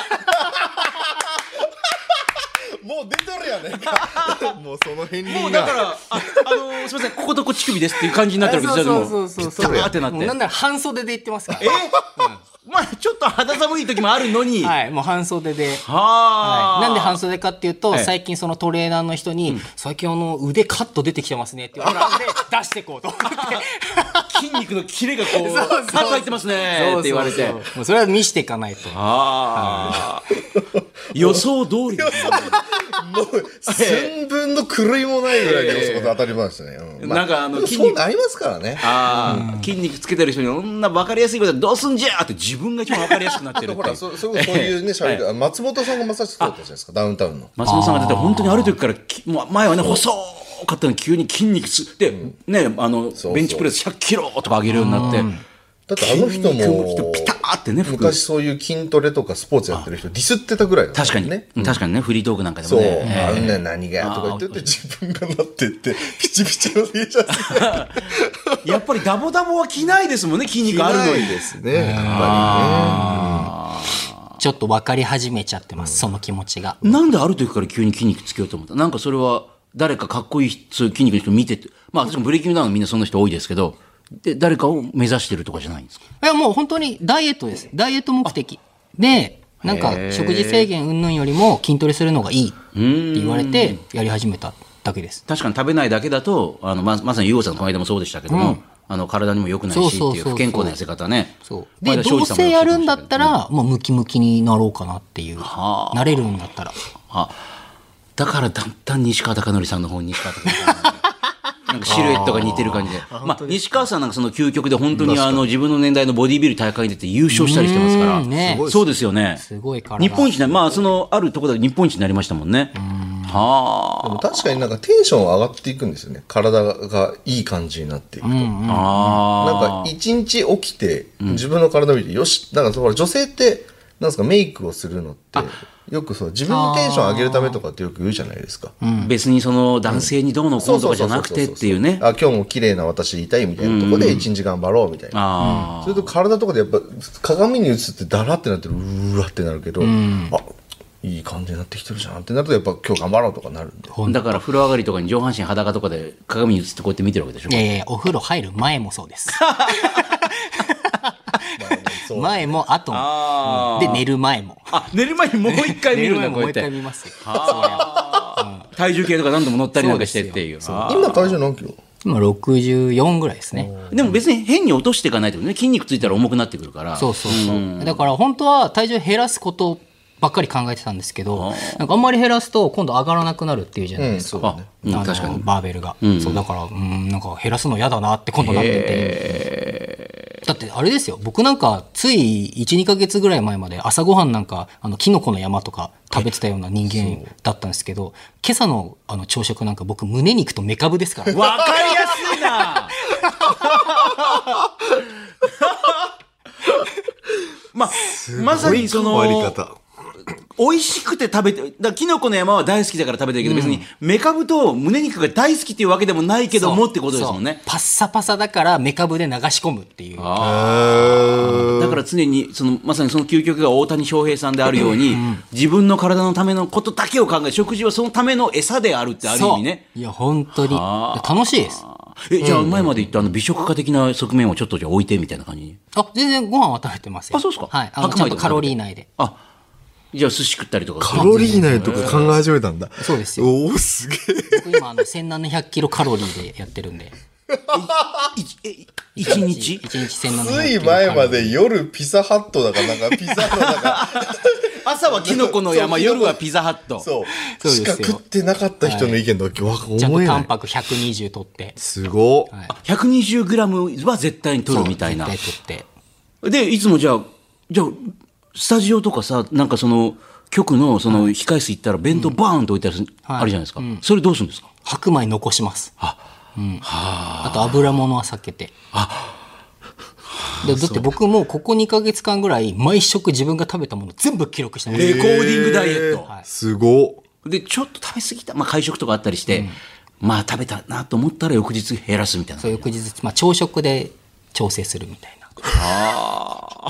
出てるやねんかもうその片鱗がもうだからあ、あのー、すみませんこことこ乳首ですっていう感じになってるわけですよ。 そうそうそうそうピターってなってもうなんなら半袖で行ってますから。 え、まあちょっと肌寒い時もあるのに、 はい、もう半袖で。 はあ、 はい、なんで半袖かっていうと、 ええ最近そのトレーナーの人に、最近あの腕カット出てきてますねって言われたんで出していこうと思って筋肉のキレがこうそうそうそうカット入ってますねって言われて、 そうそうそうもうそれは見していかないと。 ああ予想通りですね。 もう寸分の狂いもないぐらいでそこで当たり前ですね、うんまあなんかあの筋そう肉なりますからね。 ああ、筋肉つけてる人にこんな分かりやすいことでどうすんじゃーって自分が一番分かりやすくなってるっていうほらそそそういうね喋り方松本さんがまさしくそうだったじゃないですかダウンタウンの。 松本さんが出て本当にある時からきもう前はね細かったのに急に筋肉つで、ねあのそうベンチプレスひゃっキロとか上げるようになってだってあの人筋肉もピターってね服昔そういう筋トレとかスポーツやってる人ディスってたぐらいだから確かにね。 ね、確かにねフリートークなんかでそう、 もね、 あんな何がとか言ってて自分がなってってピチピチの T シャツやっぱりダボダボは着ないですもんね筋肉あるのにないですねやっぱちょっと分かり始めちゃってます、その気持ちが。 なんである時から急に筋肉つけようと思ったなんかそれは誰かかっこいいそういう筋肉の人見ててまあ私もブレイキングダウンみんなそんな人多いですけどで誰かを目指してるとかじゃないんですか。 いやもう本当にダイエットです。ダイエット目的でなんか食事制限云々よりも筋トレするのがいいって言われてやり始めただけです。 確かに食べないだけだとあの ま, まさに優吾さんのこの間もそうでしたけども、うん、あの体にも良くないしっていう不健康な痩せ方ね。 そうでどうせやるんだったら、もうムキムキになろうかなっていう、はあ、なれるんだったらあだからだんだん西川貴教さんの方に西川貴教さんなんかシルエットが似てる感じでまあ、西川さんなんかその究極で本当にあの自分の年代のボディビル大会に出て優勝したりしてますから、 ね、 そうですよね。 すごい体日本一なまあそのあるところで日本一になりましたもんね。はあ。 でも確かになんかテンション上がっていくんですよね。体がいい感じになっていくと、うんうん、なんか一日起きて自分の体を見て、うん、よしなんか女性ってなんですかメイクをするのってよくそう自分のテンション上げるためとかってよく言うじゃないですか、 うん、別にその男性にどうのこうのとかじゃなくてっていうねあ今日も綺麗な私いたいみたいなところで一日頑張ろうみたいな、うん、それと体とかでやっぱ鏡に映ってダラってなってるうわってなるけど、うん、あいい感じになってきてるじゃんってなるとやっぱ今日頑張ろうとかなるんでだから風呂上がりとかに上半身裸とかで鏡に映ってこうやって見てるわけでしょ。 いやいやお風呂入る前もそうです前も後もで寝る前もあ寝る前にもう一回見るんだこうやってもう一回見ますよ体重計とか何度も乗ったりなんかしてっていう今体重何キロ今ろくじゅうよんぐらいですね。 でも別に変に落としていかないとね筋肉ついたら重くなってくるからそうそうそう、うん、だから本当は体重減らすことばっかり考えてたんですけどなんかあんまり減らすと今度上がらなくなるっていうじゃないですか、うんねうん、確かにバーベルが、うん、そうだからうんなんか減らすの嫌だなって今度なっててだってあれですよ僕なんかつい いちにかげつぐらい前まで朝ごはんなんかあのキノコの山とか食べてたような人間だったんですけど今朝 の, あの朝食なんか僕胸肉とメカブですから分かりやすいなまあまさにその美味しくて食べて、だからキノコの山は大好きだから食べてるけど、別にメカブと胸肉が大好きっていうわけでもないけどもってことですもんね。 パッサパサだからメカブで流し込むっていう。 だから常にそのまさにその究極が大谷翔平さんであるように、自分の体のためのことだけを考え、食事はそのための餌であるってある意味ね。 いや本当に楽しいです。 え、じゃあ前まで言ったあの美食家的な側面をちょっとじゃあ置いてみたいな感じに。 あ、全然ご飯は食べてますよ。 あ、そうですか。 はい。あのちゃんとカロリー内で。 あ、じゃあ寿司食ったりとか。 カロリー内とか考え始めたんだ。 そうですよ。 おお、すげえ。 僕今あのせんななひゃくキロカロリーでやってるんで。 い一日一日せんななひゃくつい前まで夜ピザハットだかなんかピザのなんか朝はキノコの山、夜はピザハット。 そうしか食ってなかった人の意見とか思えない。 ちゃんとタンパクひゃくにじゅう取ってすごっ、 はい、ひゃくにじゅうグラムは絶対に取るみたいな。 絶対取ってでいつもじゃあじゃあスタジオとかさ、なんかその局のその控室行ったら弁当バーンと置いてある、うん、あるじゃないですか、うん、それどうするんですか？ 白米残します。あ、うん、はあと油物は避けて。あでだって僕もここにかげつかんぐらい毎食自分が食べたもの全部記録してます。 レコーディングダイエット、 はい、すごっ。 でちょっと食べ過ぎた、まあ、会食とかあったりして、うん、まあ食べたなと思ったら翌日減らすみたいな。 そう翌日、まあ、朝食で調整するみたいな。 あ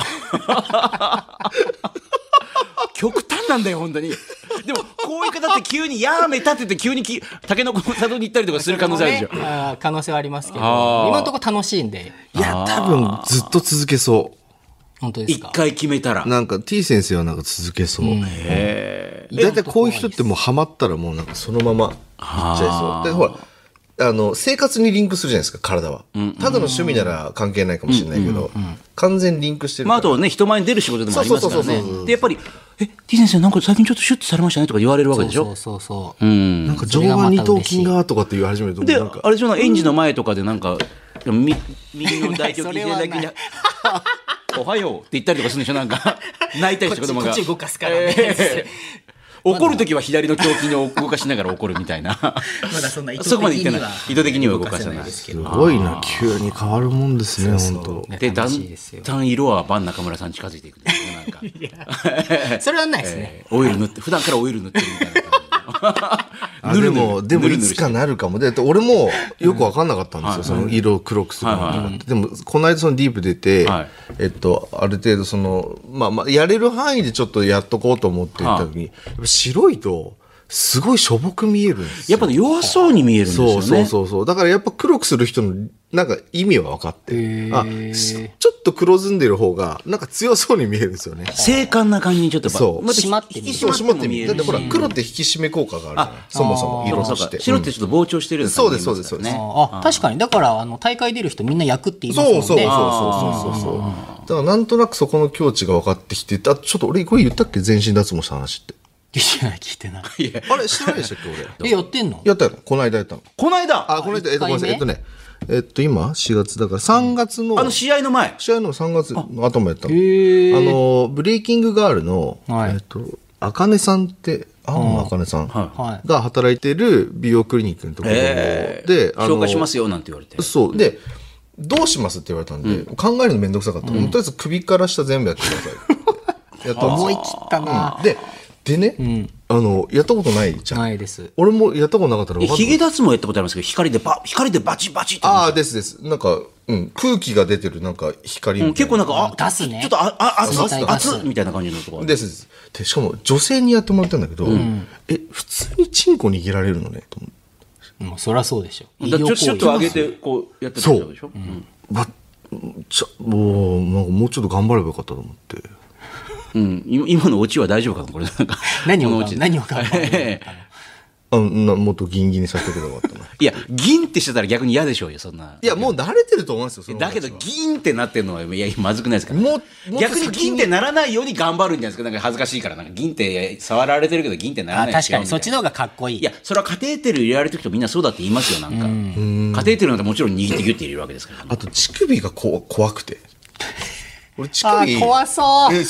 極端なんだよ本当に。でもこういう方って急にやめたって言って急にきタケノコの里に行ったりとかする可能性あるでしょ、 ね、あ可能性はありますけど今のところ楽しいんで。 いや多分ずっと続けそう。 本当ですか？ 一回決めたらなんか T 先生はなんか続けそう、うん、へえ。だいたいこういう人ってもうハマったらもうなんかそのままいっちゃいそうで、ほらあの生活にリンクするじゃないですか体は、うん、ただの趣味なら関係ないかもしれないけど、うんうんうん、完全にリンクしてるから、 まあ、あとはね人前に出る仕事でもありますからね。でやっぱりえ T 先生なんか最近ちょっとシュッとされましたねとか言われるわけでしょ。 そうそうそう、 うん、 なんか上腕二頭筋がとかって言われ始めるとでなんかあれでしょ、演じの前とかでなんかみ右の大胸筋左大筋おはようって言ったりとかするんでしょ。なんか泣いたりして子供がこっち動かすからね、 えー怒るときは左の胸筋を動かしながら怒るみたいな。まだそんな意図的には意図的には動かせないですけど。 すごいな、急に変わるもんですね本当。 でだんだん色はバン中村さん近づいていくんですよなんか。 いやそれはないですね、 えー、オイル塗って普段からオイル塗ってるみたいなあでもでもいつかなるかも。で俺もよく分かんなかったんですよ、その色を黒くするのとかって。でもこの間そのディープ出て、えっとある程度そのまあまあやれる範囲でちょっとやっとこうと思っていった時に白いとすごいしょぼく見えるんですよ。 やっぱり弱そうに見えるんですよね。 そうそうそうそう。だからやっぱ黒くする人のなんか意味は分かって、あちょっと黒ずんでる方がなんか強そうに見えるんですよね。 精悍な感じにちょっとそう締まって見える。 締まって見える。だってほら黒って引き締め効果があるじゃない。そもそも色として。 白ってちょっと膨張してるような感じそうですそうですそうです。 あ確かにだからあの大会出る人みんな焼くって言いますもんね。 そうそうそうそうそうそう。だからなんとなくそこの境地が分かってきて、あちょっと俺これ言ったっけ全身脱毛した話って。 聞いてない聞いてない。 あれしてないでしたっけ俺。 えやってんの？ やったのこの間やったの。 この間あこの間えっとごめんなさいえっとねえっと今しがつだからさんがつの、 うん、あの試合の前試合のさんがつの頭やったの。あのブレイキングガールの、はい、えっとあかねさんって青野あかねさんが働いてる美容クリニックのところで紹介しますよなんて言われて、 そうでどうしますって言われたんで、うん、考えるのめんどくさかった、うん、とりあえず首から下全部やってくださいやった思い切ったな、 うん、ででね、うん、あのやったことないじゃん。 ないです。 俺もやったことなかったら分かんない。 ヒゲ脱毛やったことありますけど光でバ光でバチバチって。 ああですです。なんか、うん、空気が出てるなんか光みたいな、うん、 結構なんかあ出すね。 ちょっとああ熱熱みたいな感じのところですです。でしかも女性にやってもらったんだけど、うん、え普通にチンコ握られるのねと思う。もうそりゃそうでしょ。 ちょちょっと上げてこうやってたんでしょ。 そう。うん、ばちょもうなんかもうちょっと頑張ればよかったと思って。 うん、今のオチは大丈夫かなこれなんか何を何を頑張るあなもっとギンギンにさせてくればよかったな。 いやギンってしてたら逆に嫌でしょうよそんな。 いやもう慣れてると思うんですよそのだけどギンってなってるのはいやまずくないですか、ね、も逆にギンってならないように頑張るんじゃないですか。なんか恥ずかしいからなんかギンって触られてるけどギンってならないあ確かにそっちの方がかっこいい。 いやそれはカテーテル入れられてる人みんなそうだって言いますよ。なんかうんカテーテルなんてもちろん握ってギュッて入れるわけですから、ね、 あと乳首がこ怖くて俺乳首あ怖そう。 えそう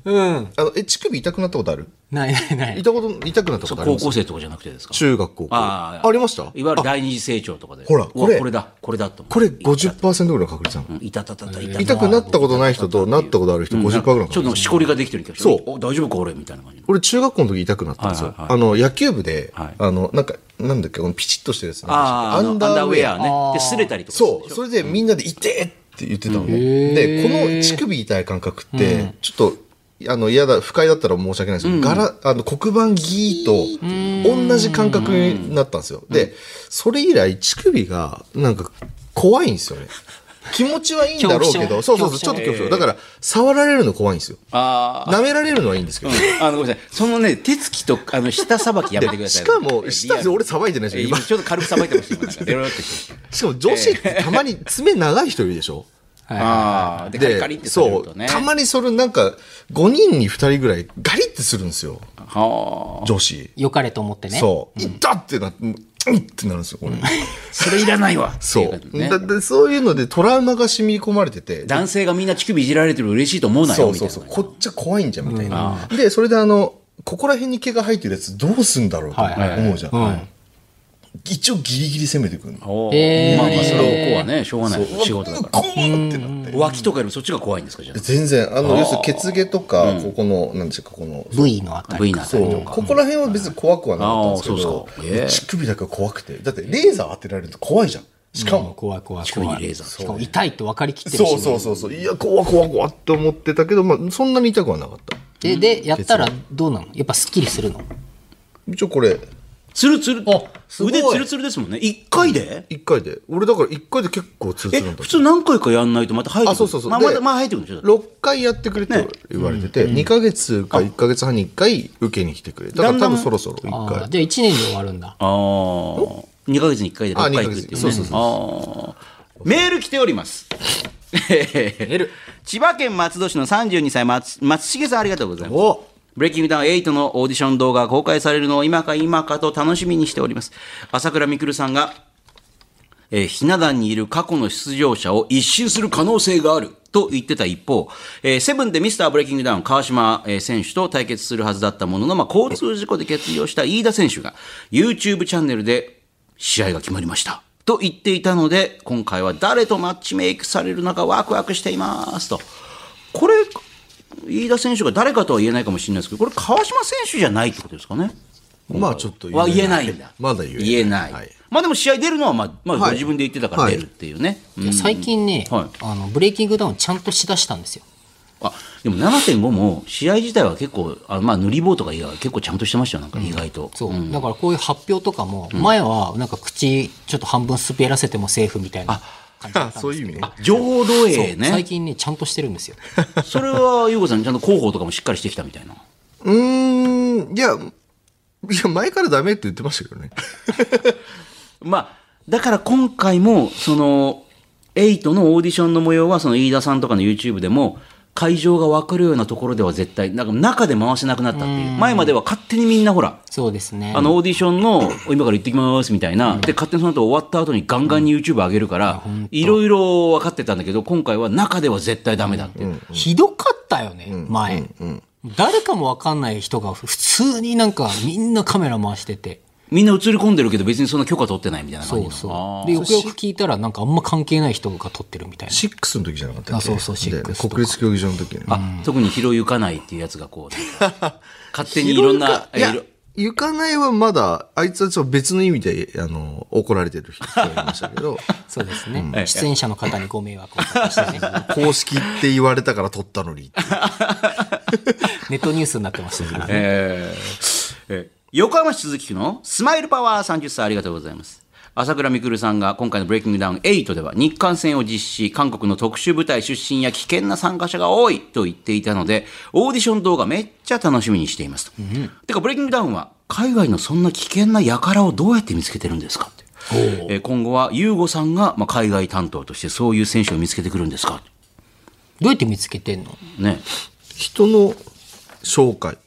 うん。 あの、え、乳首痛くなったことある？ ないないない。 痛こと痛くなったことあり高ます？ 校生とかじゃなくてですか？ 中学高校。 あありました？ いわゆる第二次成長とかで。 ほらうわこれこれだ、これだと思う。 これ ごじゅっパーセント ぐらいの確率なの。 いたたたたいた。 痛くなったことない人となったことある人 ごじゅっパーセント ぐらいのちょっと確率。 しこりができてる気がして。 そうお大丈夫か俺みたいな感じ。 俺中学校の時痛くなったんですよ。 はいはいはいあの、野球部で、 はいあの、なんか、なんだっけ、このピチッとしてるやつね。 ああ、アンダーウェアね。で、擦れたりとかするそう。 でしょ。 それでみんなで痛えって言ってたのね。で、この乳首痛い感覚って、ちょっと、あの、嫌だ、不快だったら申し訳ないですけど、柄、あの、黒板ギーと同じ感覚になったんですよ。で、それ以来、乳首が、なんか、怖いんですよね。気持ちはいいんだろうけど、 恐怖症そうそうそう、ちょっと恐怖症。だから、触られるの怖いんですよ。 あ舐められるのはいいんですけど。 あ。あの、ごめんなさい。そのね、手つきと、あの、舌さばきやめてください。 しかも、 え下で俺さばいてないですよ、今え今。ちょっと軽くさばいてましたよ。今なんかベロロってして。 しかも女子ってたまに爪長い人いるでしょ。 ああ。で、カリカリってされそるとね。 う、たまにそれなんか、ごにんにふたりぐらいガリってするんですよ、 はあ。 女子。 良かれと思ってね。 そう。痛ってなって、うんってなるんですよ、これ。 それいらないわ。 そう。 っていねだってそういうのでトラウマが染み込まれてて。 男性がみんな乳首いじられてる嬉しいと思うなよ、 そうみたいうな。 そそう。こっちは怖いんじゃん、みたいな。で、それであの、ここら辺に毛が生えてるやつどうすんだろうとはいはいはい思うじゃん。 うん一応ギリギリ攻めてくるの。 おーえーまあまあ、それはこうはね、しょうがない仕事だから。 コーンってなって。 脇とかよりもそっちが怖いんですか、じゃあ。 全然、あの、要するに血毛とか、ここの、なんでしょうか、この、 V のあたり。 V のあたそう、 りとか。 ここら辺は別に怖くはなかったんですけあーそうどですかへー、 乳首だけは怖くて。だってレーザー当てられると怖いじゃん。しかうんも。 怖い怖い乳首怖い。 にレーザー。 しかも痛いって分かりきってるし。 そうそうそうそう。いや、怖怖怖って思ってたけど、まあ、そんなに痛くはなかった。 で、で、やったらどうなの？やっぱスッキリするの？ 一応これ、 つるつる。 すごい腕つるつるですもんね。一回で一回で。俺だから一回で結構ツルツえ、 ルなんだ普通何回かやんないとまた生えてくる。 あそうそうそうまあ、 でまた、まあ生えてくるんでしょ。 ろっかいやってくれと言われてて、にかげつかいっかげつはんにいっかい受けに来てくれ。だから多分そろそろいっあかい。 あじゃあいちねんで終わるんだ。 ああ。にかげつにいっかいでろっかい行くっていうね。 あそうそうそうあーメール来ております。メール。千葉県松戸市のさんじゅうにさい松、松重さんありがとうございます。 おブレイキングダウンエイトのオーディション動画が公開されるのを今か今かと楽しみにしております。朝倉未来さんが、えーひな壇にいる過去の出場者を一周する可能性があると言ってた一方、えーセブンでミスターブレイキングダウン川島、えー選手と対決するはずだったものの、まあ、交通事故で欠場した飯田選手が YouTube チャンネルで試合が決まりましたと言っていたので、今回は誰とマッチメイクされるのかワクワクしていますと。これ飯田選手が誰かとは言えないかもしれないですけど、これ川島選手じゃないってことですかね。 まあちょっとは言えないんだ。 まだ言えない。 言えない。 はいまあでも試合出るのは、まあ、まあ、 はいご自分で言ってたから出るっていうね。うんいや最近ね、 はいあのブレイキングダウンちゃんとしだしたんですよ。 あでも ななてんご も試合自体は結構、あまあ塗り棒とか以外は結構ちゃんとしてましたよ、なんか意外と。 そう、だからこういう発表とかも、前はなんか口ちょっと半分滑らせてもセーフみたいな感じだったんですけどそういう意味ね。 情報漏そう洩ね。 最近ねちゃんとしてるんですよ。 それは、ゆうこさん、ちゃんと広報とかもしっかりしてきたみたいな。 うーん、いや、いや、前からダメって言ってましたけどね。 まあ、だから今回も、その、エイトのオーディションの模様は、その飯田さんとかの YouTube でも、会場が分かるようなところでは絶対、なんか中で回せなくなったっていう。前までは勝手にみんなほら、 そうですね。 あのオーディションの今から行ってきますみたいな、で勝手にその後終わった後にガンガンに YouTube 上げるから、いろいろ分かってたんだけど、今回は中では絶対ダメだって、 ひどかったよね、前、誰かもわかんない人が普通になんかみんなカメラ回してて。 みんな映り込んでるけど別にそんな許可取ってないみたいな感じそうの。 そう。で、よくよく聞いたらなんかあんま関係ない人が撮ってるみたいな。 シックスの時じゃなかったっけあそうそうシックスとかで国立競技場の時に。 あ、特に広い行かないっていうやつがこうなんか勝手にいろんな、 いやいろ、 行かないはまだ、あいつはちょっと別の意味で、あの、怒られてる人がいましたけど、 そうですね。出演者の方にご迷惑をおかけしてね。 公式って言われたから撮ったのに。 ネットニュースになってましたけどね。 えーえー横浜市鈴木区のスマイルパワーさんじゅっさいありがとうございます。朝倉未来さんが今回のブレイキングダウンエイトでは日韓戦を実施、韓国の特殊部隊出身や危険な参加者が多いと言っていたので、オーディション動画めっちゃ楽しみにしていますと。てかブレイキングダウンは海外のそんな危険な輩をどうやって見つけてるんですかって。えー今後はユーゴさんが、まあ、海外担当としてそういう選手を見つけてくるんですかどうやって見つけてんの？ ね。 人の紹介。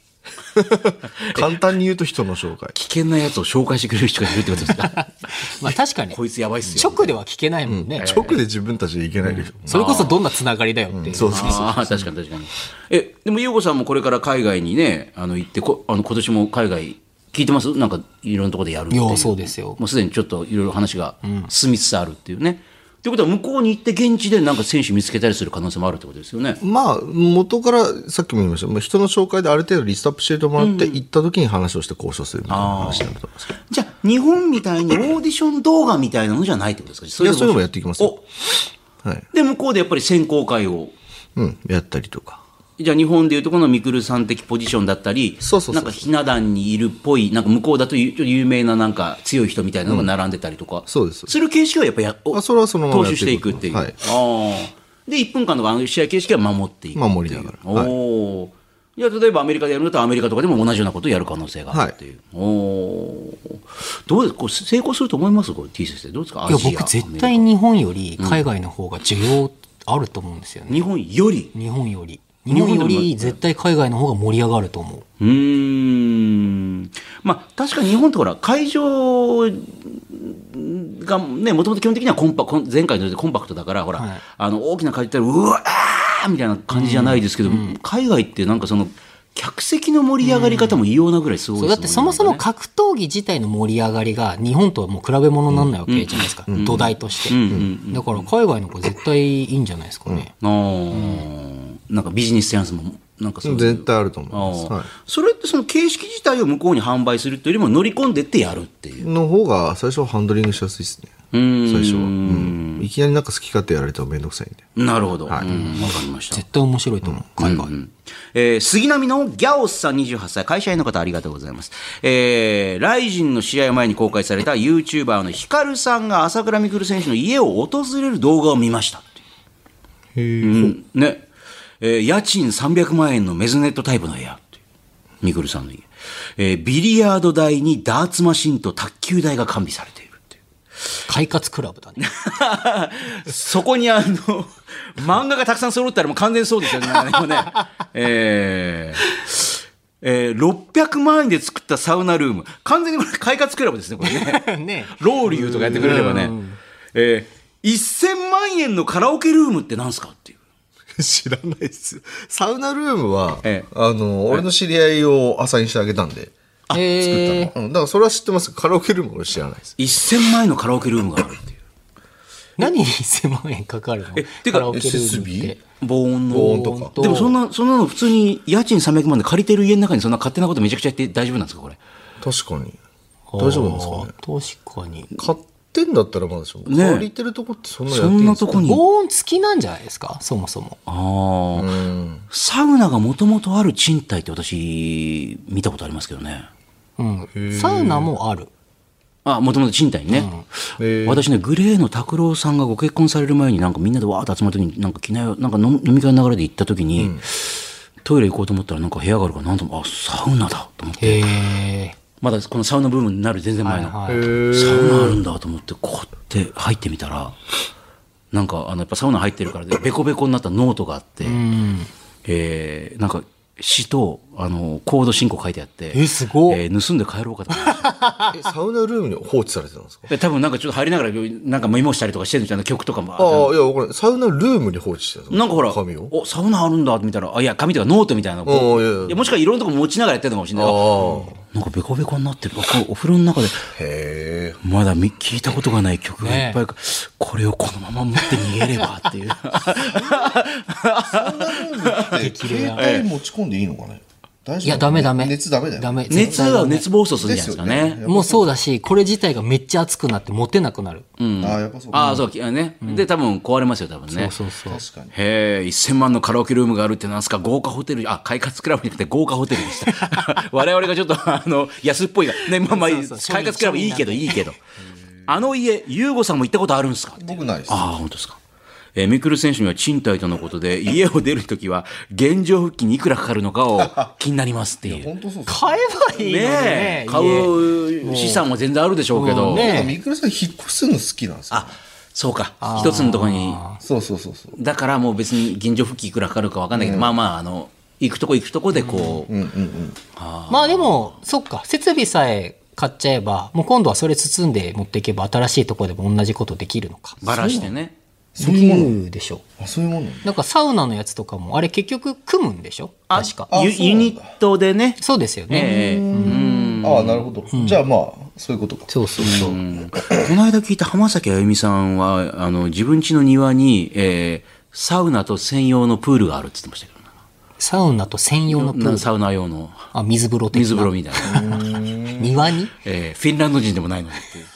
簡単に言うと人の紹介。 危険なやつを紹介してくれる人がいるってことですか？ まあ確かに。 こいつやばいっすよ。 直では聞けないもんね。 直で自分たちでいけないでしょ。 それこそどんなつながりだよっていう。 そうそうそう。 ああ、確かに確かに。え、でも、ゆうごさんもこれから海外にね、あの、行ってこ、あの、今年も海外、聞いてますなんか、いろんなところでやるっていう。 いや、そうですよ。 もうすでにちょっといろいろ話が進みつつあるっていうね。ということは、向こうに行って現地でなんか選手見つけたりする可能性もあるってことですよね。 まあ、元から、さっきも言いました、まあ、人の紹介である程度リストアップしてもらって、行った時に話をして交渉するみたいな話になると思いますけど。 じゃあ、日本みたいにオーディション動画みたいなのじゃないってことですか？ いや、そういうのもやっていきますよ。はい。 で、向こうでやっぱり選考会を。 うん、やったりとか。 じゃあ日本でいうとこのミクルさん的ポジションだったり、 そうそうそうなんかひな壇にいるっぽい、なんか向こうだとちょっと有名ななんか強い人みたいなのが並んでたりとか、 そうです。 する形式はやっぱやあそれはそのまま踏襲していくっていう。 はい。 ああ。で、いっぷんかんのあの試合形式は守っていく。 守りながら。 おお。いや例えばアメリカでやるのとアメリカとかでも同じようなことをやる可能性があるっていう。おお。どうですかこれ成功すると思いますこれ T 先生どうですか？ いや僕絶対日本より海外の方が需要あると思うんですよね。 日本より日本より。日本より絶対海外の方が盛り上がると思う。 うーん。まあ確かに日本ってほら会場がねもともと基本的にはコンパ前回のようにコンパクトだからほら、はい、あの大きな会場ってうわーみたいな感じじゃないですけど、うん、海外ってなんかその客席の盛り上がり方も異様なぐらいすごいですよね、うん、そうだってそもそも格闘技自体の盛り上がりが日本とはもう比べ物にならないわけじゃないですか、うん、土台として、うんうん、だから海外の方が絶対いいんじゃないですかね、 うんうん、なんかビジネスチャンスもなんかそう絶対あると思います、はい、 それってその形式自体を向こうに販売するというよりも乗り込んでってやるっていうの方が最初はハンドリングしやすいですね。最初は、うん、いきなりなんか好き勝手やられたら面倒くさいんで。 なるほど、はい、うん、分かりました。 絶対面白いと思う、海外、うんうんえー、杉並のギャオスさんにじゅうはっさい会社員の方ありがとうございます、えー、ライジンの試合前に公開された YouTuber のヒカルさんが朝倉未来選手の家を訪れる動画を見ましたっていう、うん、ねえー、家賃さんびゃくまんえんのメズネットタイプの部屋っていうミクルさんの家、えー、ビリヤード台にダーツマシンと卓球台が完備されているっていう快活クラブだねそこにあの漫画がたくさん揃ったらもう完全そうですよねもうね、えーえー、ろっぴゃくまんえんで作ったサウナルーム完全にこれ快活クラブですねこれ ね, ねロウリュウとかやってくれればね、えー、せんまんえんのカラオケルームってなんすかっていう知らないですよ。サウナルームは、ええ、あの、俺の知り合いをアサインしてあげたんで、あ作ったの、うん。だからそれは知ってますけど、カラオケルームは俺知らないです。 せんまんえんのカラオケルームがあるっていう。 何にせんまんえんかかるの？え、てか、カラオケルームってエスエスビー？ 防音の。 防音とか。 でもそんな、そんなの普通に家賃さんびゃくまんで借りてる家の中にそんな勝手なことめちゃくちゃやって大丈夫なんですかこれ？ 確かに。大丈夫なんですかね。 確かに。 買ってんだったらまだでしょ。ね、借りてるとこってそんなやってるんですか？そんなとこに。 防音付きなんじゃないですかそもそも。 ああ、うん。サウナがもともとある賃貸って私見たことありますけどね。 うん。サウナもある。 あ、もともと賃貸にね、うん、私ねグレーの拓郎さんがご結婚される前になんかみんなでわーっと集まった時になんか機内なんか飲み会の流れで行った時に、うん、トイレ行こうと思ったらなんか部屋があるからなんともあサウナだと思ってへまだこのサウナブームになる全然前の、はいはい、サウナあるんだと思ってこうって入ってみたらなんかあのやっぱサウナ入ってるからでベコベコになったノートがあって、うんえー、なんか詩とあのコード進行書いてあってえすごい、 えー、盗んで帰ろうかと思いましたえサウナルームに放置されてたんですか？ 多分なんかちょっと入りながらなんかメモしたりとかしてるんじゃない曲とかもああいやこれサウナルームに放置してたんですか？ なんかほら紙をおサウナあるんだって見たらあいや紙とかノートみたいなのいやいやもしくはいろんなとこ持ちながらやってるのかもしれないあなんかベコベコになってるお風呂の中でへまだ聞いたことがない曲がいっぱい、ね、これをこのまま持って逃げればっていうサウナルームって携帯持ち込んでいいのかね？ いやダメダメ熱ダメだよ、 ダメ熱は熱暴走するんじゃないですかね。 ねもうそうだしこれ自体がめっちゃ熱くなって持てなくなる、 うん、ああやっぱそうああそうね、うん、で多分壊れますよ多分ねそうそうそう確かにへえせんまんのカラオケルームがあるってなんすか豪華ホテルあ快活クラブじゃなくて豪華ホテルでした我々がちょっとあの安っぽいがねまあまあ快活クラブいいけどいいけどあの家優吾さんも行ったことあるんですか？ 僕ないです。 ああ本当ですか。えー、ミクル選手には賃貸とのことで家を出るときは現状復帰にいくらかかるのかを気になりますっていう。いや本当そう買えばいいのにね。 ね買う資産は全然あるでしょうけど。 ね、ミクルさん引っ越すの好きなんですよ。 あ、そうか。一つのところに。 そうそうそうそう。 だからもう別に現状復帰いくらかかるか分かんないけど、うん、まあまああの行くとこ行くとこでこう、 まあでもそっか、設備さえ買っちゃえばもう今度はそれ包んで持っていけば新しいところでも同じことできるのか。 バラしてね。 そういうでしょ。 あ、そういうもんなんだ。 なんかサウナのやつとかもあれ結局組むんでしょ確か。 ユユニットでね。 そうですよね。 ええうんああ、なるほど。じゃあまあそういうことか。 そうそうそう。 この間聞いた浜崎あゆみさんはあの自分家の庭に、えーサウナと専用のプールがあるって言ってましたけどな。 サウナと専用のプール。 サウナ用のあ、水風呂的な。 水風呂みたいな。 庭に、 えーフィンランド人でもないのにっていう。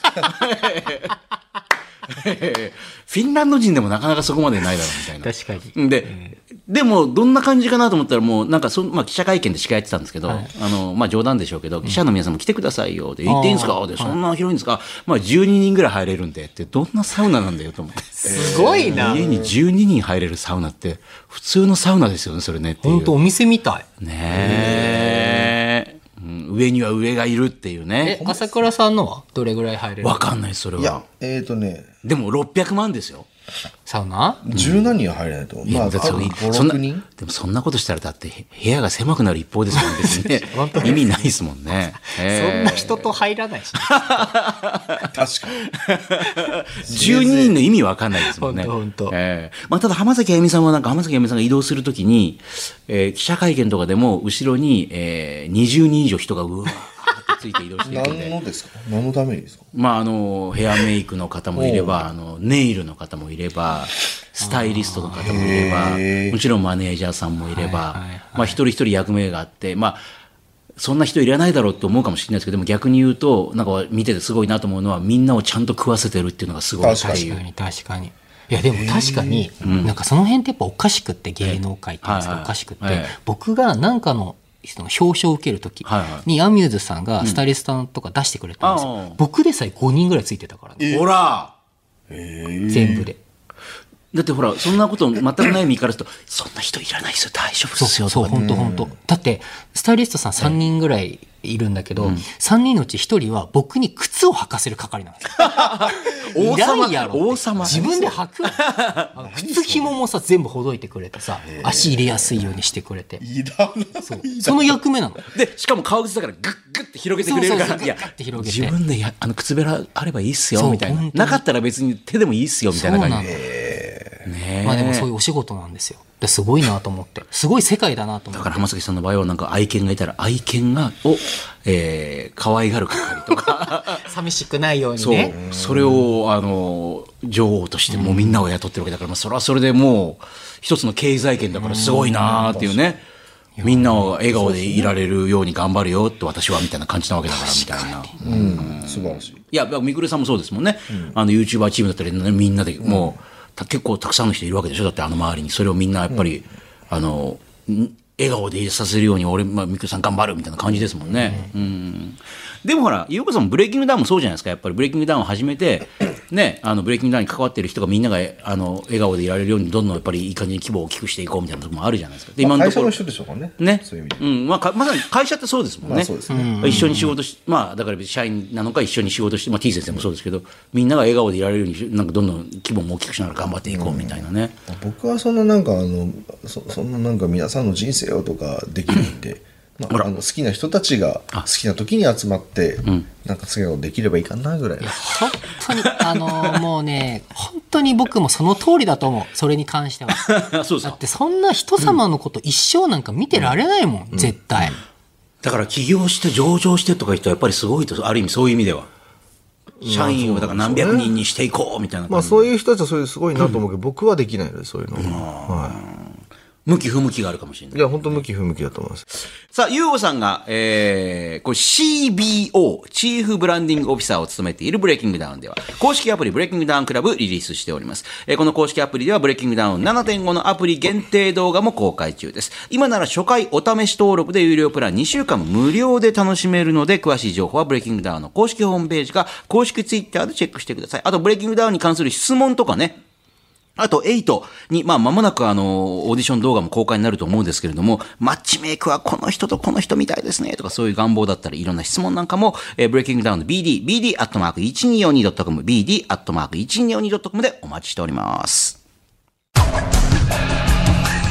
フィンランド人でもなかなかそこまでないだろうみたいな。 確かに。 で、でもどんな感じかなと思ったらもうなんかそ、まあ、記者会見で司会やってたんですけど、あのまあ、冗談でしょうけど、記者の皆さんも来てくださいよで、行っていいんですかで、そんな広いんですか、まあ、じゅうににんぐらい入れるんでってどんなサウナなんだよと思って。 すごいな。 家にじゅうににん入れるサウナって普通のサウナですよねそれねっていう。 本当お店みたい。 ねえ、うん、上には上がいるっていうね。 え、朝倉さんのはどれぐらい入れる？ わかんないそれは。 いや、えーとね、 でもろっぴゃくまんですよ。 サウナ？ 十何人は入れないと思う。まあ、 だって多分そんなご、ろくにん。 でもそんなことしたらだって部屋が狭くなる一方ですもん別にね意味ないですもんね。 そんな人と入らないし、ね。 確かに。 じゅうににんの意味わかんないですもんね。 ほんとほんとえーまあ、ただ浜崎あゆみさんはなんか浜崎あゆみさんが移動するときに、えー記者会見とかでも後ろに、えー、にじゅうにん以上人がうわーってついて移動していくんで。 何のですか？何のためにですか？ まあ、あのヘアメイクの方もいればあのネイルの方もいればスタイリストの方もいればもちろんマネージャーさんもいれば、 はいはいはいまあ、一人一人役目があって、まあ、そんな人いらないだろうって思うかもしれないですけどでも逆に言うとなんか見ててすごいなと思うのはみんなをちゃんと食わせてるっていうのがすごいっていう。 確かに確かに。いやでも確かに、なんかその辺ってやっぱおかしくって芸能界っていうんですか、 はいはいおかしくって、 はい僕がなんかのその表彰を受けるときはいはにアミューズさんがスタイリストとか出してくれたんですよ、 うんああ僕でさえごにんぐらいついてたからね、 ほら全部で。 だってほらそんなこと全くない身からするとそんな人いらないですよ大丈夫ですよそうとか本当本当。だってスタイリストさんさんにんぐらいいるんだけど、さんにんのうちひとりは僕に靴を履かせる係なんですよ。 王いらん様やろって王様自分で履くあの靴紐もさ全部ほどいてくれてさ足入れやすいようにしてくれて、 いらない。 そうその役目なの。 でしかも革靴だからグッグッて広げてくれるからそうそうそういやグッて広げて自分でやあの靴べらあればいいっすよそうみたいな本当になかったら別に手でもいいっすよみたいな感じそうなのでねえまあでもそういうお仕事なんですよ。ですごいなと思って、すごい世界だなと思って。 だから浜崎さんの場合はなんか愛犬がいたら愛犬がを、えー、可愛がる係とか寂しくないようにそうね。 それをあの女王としてもうみんなを雇ってるわけだから、まあ、それはそれでもう一つの経済圏だからすごいなーっていうね、みんなを笑顔でいられるように頑張るよって私はみたいな感じなわけだからみたいな。 うん、素晴らしい。 いやみくるさんもそうですもんね、あの YouTuber チームだったり、ね、みんなでもう、た結構たくさんの人いるわけでしょだってあの周りにそれをみんなやっぱり、あのん笑顔でいさせるように俺、まあ、みくるさん頑張るみたいな感じですもんね、うんうんでもほら優子さんもブレイキングダウンもそうじゃないですか。やっぱりブレイキングダウンを始めてね、あのブレイキングダウンに関わっている人がみんながあの笑顔でいられるようにどんどんやっぱりいい感じに規模を大きくしていこうみたいなところもあるじゃないですか。でまあ、 今のところ会社の人でしょうかね。 ね、 そういう意味で。 うんまあ、かまさに会社ってそうですもんね。 まあそうですね一緒に仕事し、まあだから別に社員なのか一緒に仕事して、まあ T 先生もそうですけど、みんなが笑顔でいられるようになんかどんどん規模も大きくしながら頑張っていこうみたいなね。 僕はそんななんかあのそそんななんか皆さんの人生をとかできないんで、まあ、あの好きな人たちが好きな時に集まって、なんか次のできればいいかなぐらいの。 本当にあのもうね本当に僕もその通りだと思う。それに関してはそうですかだってそんな人様のこと一生なんか見てられないもん、絶対。 だから起業して上場してとか言う人はやっぱりすごいと、ある意味そういう意味では社員をだから何百人にしていこうみたいな感じ、 まあそういう人たちはそれすごいなと思うけど、僕はできないのでそういうのは、は向き不向きがあるかもしれないい、いや本当向き不向きだと思います。 さあ、ゆうごさんが、えー、これ シービーオー、チーフブランディングオフィサーを務めているブレイキングダウンでは、公式アプリブレイキングダウンクラブリリースしております。えーこの公式アプリではブレイキングダウン ななてんご のアプリ限定動画も公開中です。今なら初回お試し登録で有料プランにしゅうかん無料で楽しめるので、詳しい情報はブレイキングダウンの公式ホームページか公式ツイッターでチェックしてください。あと、ブレイキングダウンに関する質問とかね、あと、エイトに、まあ、間もなくあの、オーディション動画も公開になると思うんですけれども、マッチメイクはこの人とこの人みたいですね、とかそういう願望だったり、いろんな質問なんかも、えー、ブレイキングダウンの ビーディー、ビーディー アットマーク いちにーよんに ドットコム、ビーディー アットマーク いちにーよんに ドットコム でお待ちしております。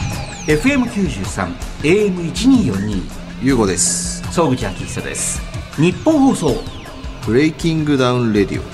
エフエムきゅうじゅうさん エーエムせんにひゃくよんじゅうにゆうごです。 総口昭久です。日本放送ブレイキングダウンレディオ。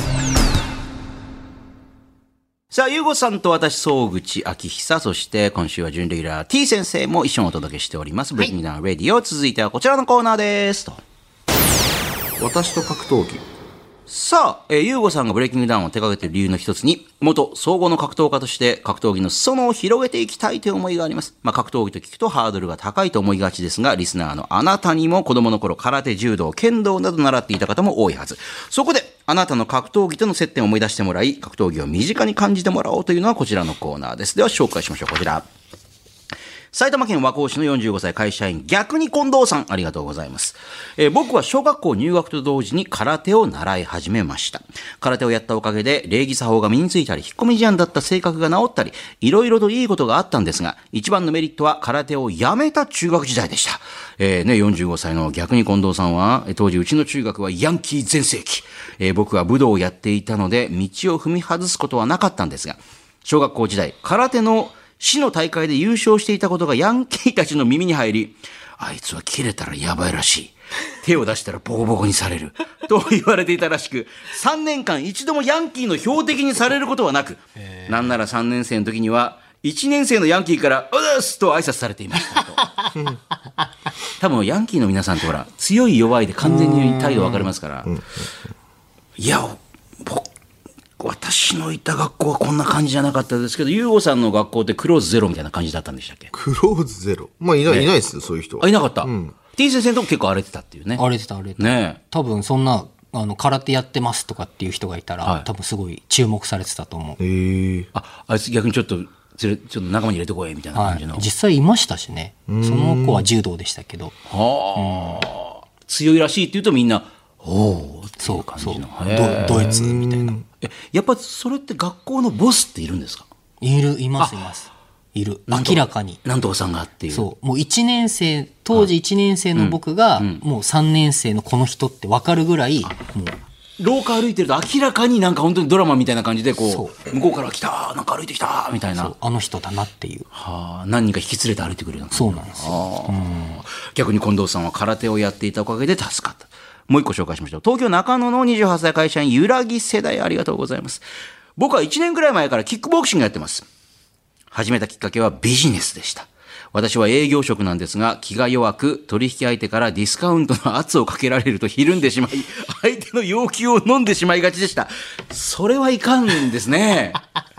さあ、ゆうごさんと私、総口昭久、そして今週は準レギュラー T 先生も一緒にお届けしております。ブレイキングダウンレディオ、続いてはこちらのコーナーですと。 私と格闘技。 さあ、えー、ゆうごさんがブレイキングダウンを手掛けている理由の一つに、元総合の格闘家として格闘技の裾野を広げていきたいという思いがあります。まあ、格闘技と聞くとハードルが高いと思いがちですが、リスナーのあなたにも子供の頃空手、柔道、剣道など習っていた方も多いはず。そこで、あなたの格闘技との接点を思い出してもらい、格闘技を身近に感じてもらおうというのはこちらのコーナーです。では紹介しましょう。こちら。埼玉県和光市のよんじゅうごさい会社員、逆に近藤さん、ありがとうございます。えー、僕は小学校入学と同時に空手を習い始めました。空手をやったおかげで礼儀作法が身についたり、引っ込み思案だった性格が治ったり、いろいろといいことがあったんですが、一番のメリットは空手をやめた中学時代でした。えー、ね、よんじゅうごさいの逆に近藤さんは、当時うちの中学はヤンキー全盛期。えー、僕は武道をやっていたので、道を踏み外すことはなかったんですが、小学校時代、空手の市の大会で優勝していたことがヤンキーたちの耳に入り、あいつは切れたらやばいらしい。手を出したらボコボコにされる。と言われていたらしく、さんねんかん一度もヤンキーの標的にされることはなく、なんならさんねん生の時には、いちねん生のヤンキーから、うっすと挨拶されていましたと。多分ヤンキーの皆さんってほら、強い弱いで完全に態度分かりますから。いや、僕、私のいた学校はこんな感じじゃなかったですけど、ゆうごさんの学校ってクローズゼロみたいな感じだったんでしたっけ？ クローズゼロ。まあいない、ね、いないですよ、そういう人は。 あ、いなかった。うん、T 先生のとこ結構荒れてたっていうね。 荒れてた、荒れてた。ね、多分そんな、あの、空手やってますとかっていう人がいたら、はい、多分すごい注目されてたと思う。 へえ。 あ、あいつ逆にちょっと、ちょっと仲間に入れてこいみたいな感じの。 はい、実際いましたしね。その子は柔道でしたけど。 はあ、うん。強いらしいって言うとみんな、おおっていう感じの。 ドイツみたいな。 え、やっぱそれって学校のボスっているんですか？ いる、いますいますいる。明らかになんとかさんがっていう。 そうもういちねん生、当時いちねん生の僕が、うんうん、もうさんねん生のこの人って分かるぐらい、もう廊下歩いてると明らかになんか本当にドラマみたいな感じでこう向こうから来た、なんか歩いてきたみたいな、 あの人だなっていう。 はあ、何人か引き連れて歩いてくるような。 そうなんですよ。うん、 逆に近藤さんは空手をやっていたおかげで助かった。もう一個紹介しましょう。東京中野のにじゅうはっさい会社員、ゆらぎ世代、ありがとうございます。僕はいちねんくらい前からキックボクシングやってます。始めたきっかけはビジネスでした。私は営業職なんですが、気が弱く、取引相手からディスカウントの圧をかけられるとひるんでしまい、相手の要求を飲んでしまいがちでした。それはいかんですね。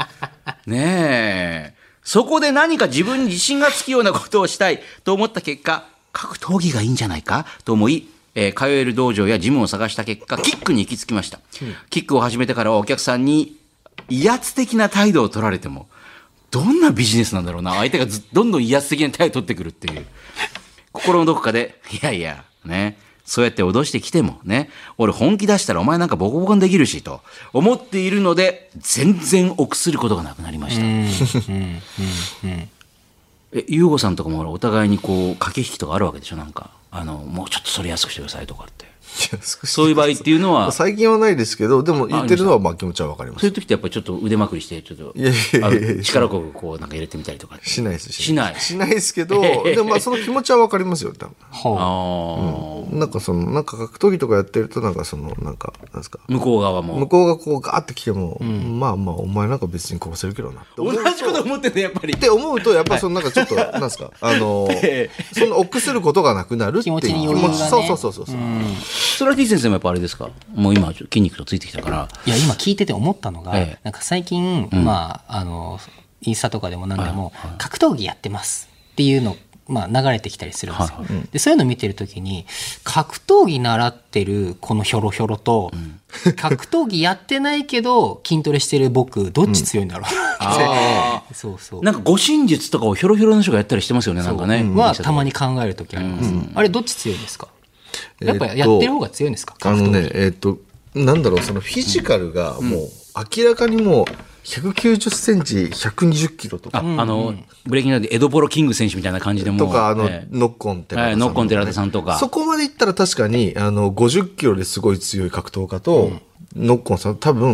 ねえ。そこで何か自分に自信がつくようなことをしたいと思った結果、格闘技がいいんじゃないかと思い、えー、通える道場やジムを探した結果、キックに行き着きました。うん、キックを始めてからはお客さんに威圧的な態度を取られても、どんなビジネスなんだろうな。相手がずどんどん威圧的な態度を取ってくるっていう。心のどこかで、いやいや、ね、そうやって脅してきてもね、俺本気出したらお前なんかボコボコにできるしと思っているので、全然臆することがなくなりました。うんうんうんうん、え、ゆうごさんとかもお互いにこう駆け引きとかあるわけでしょ？なんかあのもうちょっとそれ安くしてくださいとかって。そういう場合っていうのは最近はないですけど、でも言ってるのはまあ気持ちはわかります。 そういう時ってやっぱりちょっと腕まくりしてちょっといやいやいやいや力こうこうなんか入れてみたりとかしないですしないしないですけど、でもまあその気持ちはわかりますよ多分。 はあ、 うん、なんかそのなんか格闘技とかやってるとなんかそのなんかなんですか、 向こう側も向こうがこうガーって来ても、うん、まあまあお前なんか別に殺せるけどな同じこと思っててやっぱりって思うとやっぱそのなんかちょっとなんですかあのその臆することがなくなるっていう気持ち、 余裕がね、 そうそうそうそうそう、うん、 それは T 先生もやっぱあれですか、もう今筋肉とついてきたから。 いや今聞いてて思ったのが、ええ、なんか最近、うん、まああのインスタとかでも何でも、はいはい、格闘技やってますっていうのまあ流れてきたりするんですよ、はいはい、でそういうの見てるときに格闘技習ってるこのヒョロヒョロと、うん、格闘技やってないけど筋トレしてる僕どっち強いんだろう、うん、あそうそうなんか護身術とかをヒョロヒョロの人がやったりしてますよね、なんかね、 はたまに考えるときあります、うん、あれどっち強いですか？やっぱやってる方が強いんですか？ あのね、えっと、なんだろう、そのフィジカルがもう明らかにもうひゃくきゅうじゅっセンチ、ひゃくにじゅっキロとか。 あ、あの、ブレイキングダウンでエドポロキング選手みたいな感じでも。 とか、あの、 えー、 ノッコン寺田さん、 えー。ノッコン寺田さんとか。 そこまでいったら確かに、あの、ごじゅっキロですごい強い格闘家と、うん、ノッコンさん多分、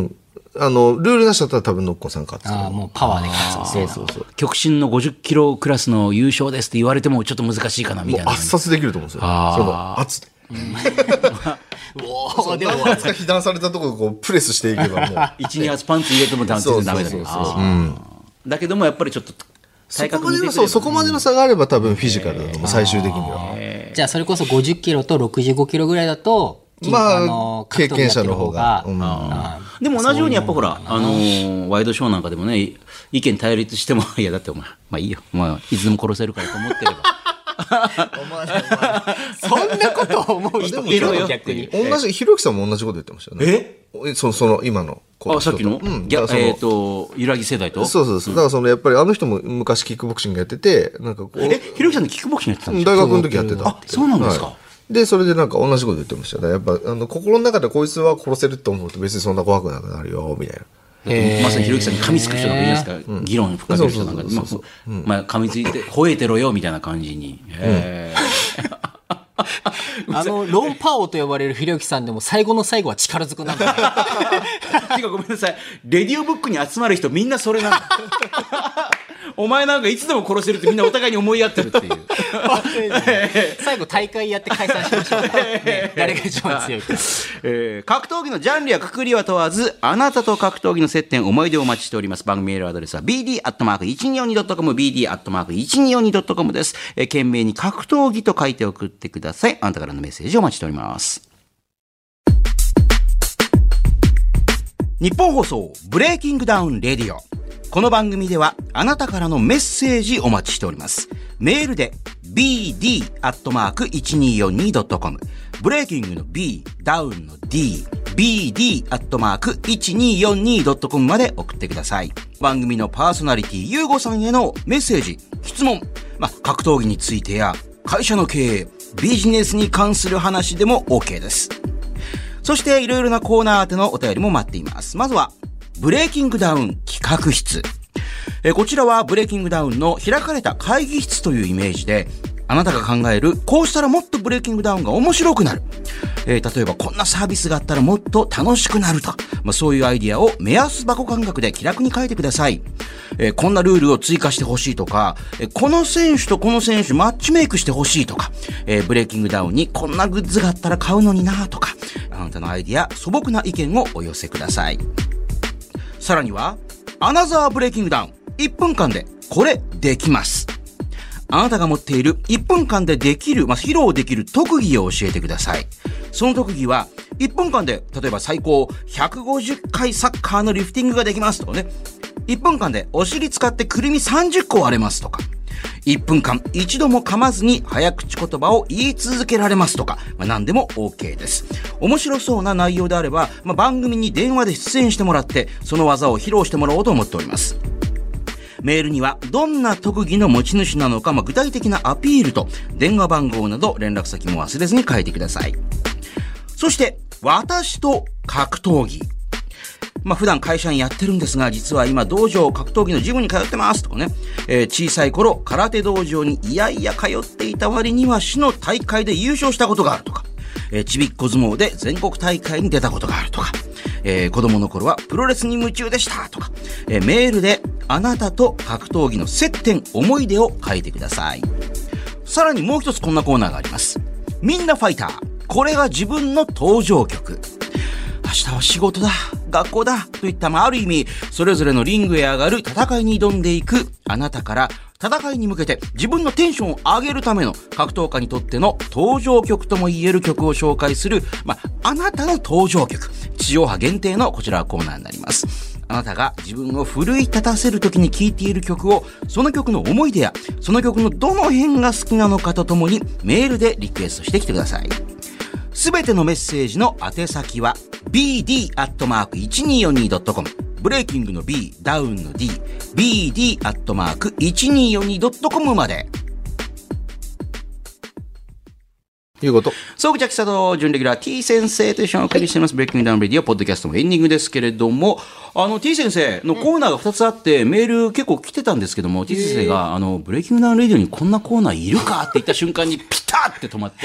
あの、ルールなしだったら多分ノッコンさん勝つ。 ああ、もうパワーで勝つみたいな。 そうそうそう。 極真のごじゅっキロクラスの優勝ですって言われてもちょっと難しいかなみもうたいな。 圧殺できると思うんですよ。その圧で。そうでも圧が被弾されたところをこうプレスしていけばもう。 一二発パンツ入れても全然ダメだけど。 そうそうそうそうあーだけどもやっぱりちょっとそこまでのそうそこまでの差があれば多分フィジカルだと思う最終的には。 じゃあそれこそごじゅっキロとろくじゅうごキロぐらいだと、 まあの経験者の方が格闘技やってる方がうんでも同じようにやっぱほら、あのーワイドショーなんかでもね、意見対立しても、いやだってお前、まあいいよ、お前はいつでも殺せるからと思ってれば。 そんなことを思う人いるよ、逆に。 同じ、ひろゆきさんも同じこと言ってましたよね。えその、その、今の子あ、さっきの、 うん。 ギャだからそのえっ、と、揺らぎ世代とそうそうそう。だからその、やっぱりあの人も昔キックボクシングやってて、なんかこう。 え、ひろゆきさんでキックボクシングやってたんですか大学の時やってた。 あ、そうなんですか。 はいで、それでなんか同じこと言ってました。だからやっぱ、あの、心の中でこいつは殺せると思うと別にそんな怖くなくなるよ、みたいな。 まさにひろゆきさんに噛みつく人なんかいるじゃないですか、議論深める人なんかで、まあまあ、噛みついて、吠えてろよみたいな感じに。へーあの、論破王と呼ばれるひろゆきさんでも最後の最後は力ずくなんだ。 てかごめんなさい、レディオブックに集まる人みんなそれなんだ。お前なんかいつでも殺せるってみんなお互いに思い合ってるっていう。 最後大会やって解散しましょう。ね、誰が一番強いか。 えー格闘技のジャンルやくくりは問わず、あなたと格闘技の接点、思い出をお待ちしております。番組メールアドレスは ビーディーアットマークいちにーよんにードットコム、ビーディーアットマークいちにーよんにードットコム です。えー、懸命に格闘技と書いて送ってください。あなたからのメッセージをお待ちしております。日本放送ブレイキングダウンレディオ。この番組ではあなたからのメッセージお待ちしております。メールで ビーディーアットマークいちにーよんにードットコム、 ブレイキングの B、ダウンの D、 ビーディーアットマークいちにーよんにードットコム まで送ってください。番組のパーソナリティゆうごさんへのメッセージ、質問、まあ、格闘技についてや会社の経営、ビジネスに関する話でも OK です。そしていろいろなコーナー宛てのお便りも待っています。まずはブレイキングダウン企画室。えこちらはブレイキングダウンの開かれた会議室というイメージで、あなたが考えるこうしたらもっとブレイキングダウンが面白くなる、えー、例えばこんなサービスがあったらもっと楽しくなると、まあ、そういうアイディアを目安箱感覚で気楽に書いてください。えー、こんなルールを追加してほしいとか、えー、この選手とこの選手マッチメイクしてほしいとか、えー、ブレイキングダウンにこんなグッズがあったら買うのになとか、あなたのアイディア、素朴な意見をお寄せください。さらにはアナザーブレイキングダウン、いっぷんかんでこれできます。あなたが持っているいっぷんかんでできる、まあ、披露できる特技を教えてください。その特技はいっぷんかんで、例えば最高ひゃくごじゅっかいサッカーのリフティングができますとかね。いっぷんかんでお尻使ってくるみさんじゅっこ割れますとか。いっぷんかん一度も噛まずに早口言葉を言い続けられますとか、まあ、何でも OK です。面白そうな内容であれば、まあ、番組に電話で出演してもらってその技を披露してもらおうと思っております。メールにはどんな特技の持ち主なのか、まあ、具体的なアピールと電話番号など連絡先も忘れずに書いてください。そして私と格闘技、まあ、普段会社にやってるんですが、実は今道場格闘技のジムに通ってますとかね、えー、小さい頃空手道場にいやいや通っていた割には市の大会で優勝したことがあるとか、えー、ちびっこ相撲で全国大会に出たことがあるとか、えー、子供の頃はプロレスに夢中でしたとか、えー、メールであなたと格闘技の接点、思い出を書いてください。さらにもう一つこんなコーナーがあります。みんなファイター、これが自分の登場曲。明日は仕事だ、学校だといった、まあ、ある意味それぞれのリングへ上がる戦いに挑んでいくあなたから、戦いに向けて自分のテンションを上げるための格闘家にとっての登場曲とも言える曲を紹介する、まあ、あなたの登場曲、地上波限定のこちらはコーナーになります。あなたが自分を奮い立たせる時に聴いている曲を、その曲の思い出やその曲のどの辺が好きなのかとともにメールでリクエストしてきてください。すべてのメッセージの宛先は ビーディーアットマークいちにーよんにードットコム、 ブレイキングの B、 ダウンの D、 ビーディーアットマークいちにーよんにードットコム まで。 いうこと。 総口秋里準レギュラー T 先生と一緒にお送りしています、ブレイキングダウンレディオポッドキャストのエンディングですけれども、あの T 先生のコーナーがふたつあって、うん、メール結構来てたんですけども、 T 先生があのブレイキングダウンレディオにこんなコーナーいるかって言った瞬間にピタッって止まって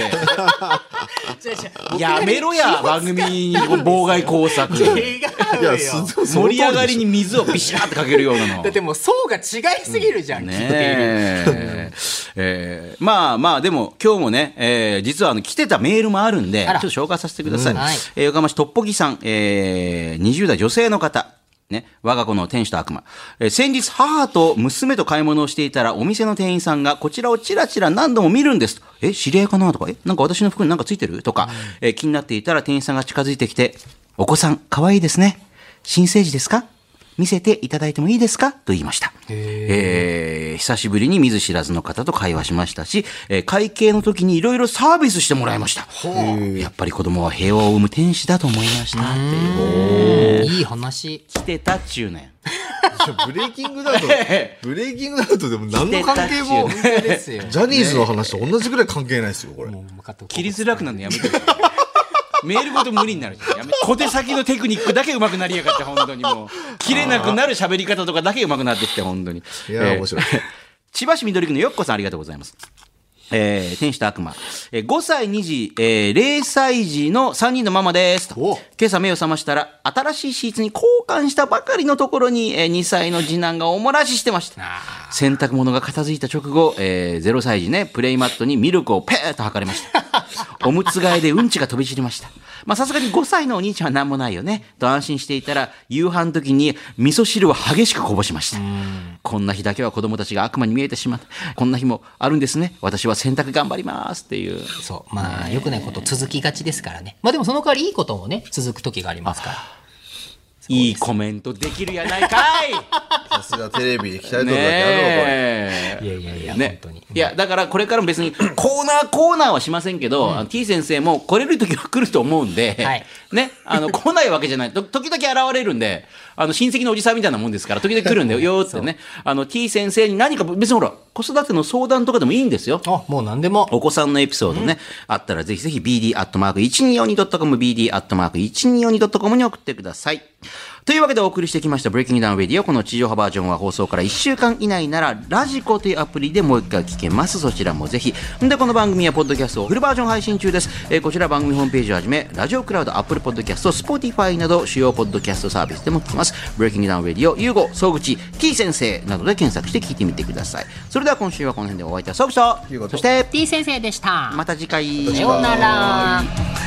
やめろや番組に妨害工作違うよ。 いやす盛り上がりに水をビシャーってかけるようなのだってもう層が違いすぎるじゃん、聞いている。 ねええーまあまあでも今日もね、えー実はあの来てたメールもあるんでちょあらっと紹介させてください、 うんはいえー横浜市トッポギさん、えーにじゅう代女性の方ね、我が子の天使と悪魔、えー先日母と娘と買い物をしていたらお店の店員さんがこちらをチラチラ何度も見るんですと。え知り合いかなとか、えなんか私の服に何かついてるとか、えー気になっていたら店員さんが近づいてきて、お子さん可愛いですね、新生児ですか、見せていただいてもいいですかと言いました。えー久しぶりに見ず知らずの方と会話しましたし、えー会計の時にいろいろサービスしてもらいました。やっぱり子供は平和を生む天使だと思いましたっていういい話。 来てたっちゅうねん。 ブレイキングダウトブレイキングダウトでも何の関係も来て本当ですよ。 ジャニーズの話と同じぐらい関係ないですよこれ。 もう向かって切りづらくなるのやめてメールごと無理になるじゃん。やめ小手先のテクニックだけ上手くなりやがって本当にもう切れなくなる喋り方とかだけ上手くなってきて本当に。 いやー面白い千葉市緑区のよっこさんありがとうございます。えー天使と悪魔、えーごさい、にじ、えーれいさい児のさんにんのママですと。 お今朝目を覚ましたら新しいシーツに交換したばかりのところに、えーにさいの次男がおもらししてました。洗濯物が片付いた直後、えー、ゼロさい児ねプレイマットにミルクをペーッと吐かれましたおむつ替えでうんちが飛び散りました。まあさすがにごさいのお兄ちゃんは何もないよねと安心していたら、夕飯の時に味噌汁を激しくこぼしました。こんな日だけは子供たちが悪魔に見えてしまった。こんな日もあるんですね。私は洗濯頑張りますっていう。 そうまあ良くないこと続きがちですからね。まあでもその代わりいいこともね続く時がありますから。 いいコメントできるやないかいさすがテレビで鍛えとるだけあるわこれ。 ねえいやいやいや、 ね本当に。 いやだからこれからも別にコーナーコーナーはしませんけど、あの T 先生も来れる時は来ると思うんで、 はいね、あの来ないわけじゃないと時々現れるんで、あの親戚のおじさんみたいなもんですから時々来るんでよーってねあの T 先生に何か別にほら子育ての相談とかでもいいんですよ。 あもう何でも。 お子さんのエピソードね、あったらぜひぜひ ビーディー アットマーク いちにーよんに ドットコム ビーディー アットマーク いちにーよんに ドットコム に送ってください。というわけでお送りしてきましたブレイキングダウンレディオ。この地上波バージョンは放送からいっしゅうかん以内ならラジコというアプリでもう一回聞けます。そちらもぜひ。でこの番組はポッドキャストをフルバージョン配信中です。えーこちら番組ホームページをはじめラジオクラウド、アップルポッドキャスト、スポティファイなど主要ポッドキャストサービスでも聞けます。ブレイキングダウンレディオ、ユーゴ、総口、T 先生などで検索して聞いてみてください。それでは今週はこの辺でお相手は総口と、そして T 先生でした。 また次回。 さようなら。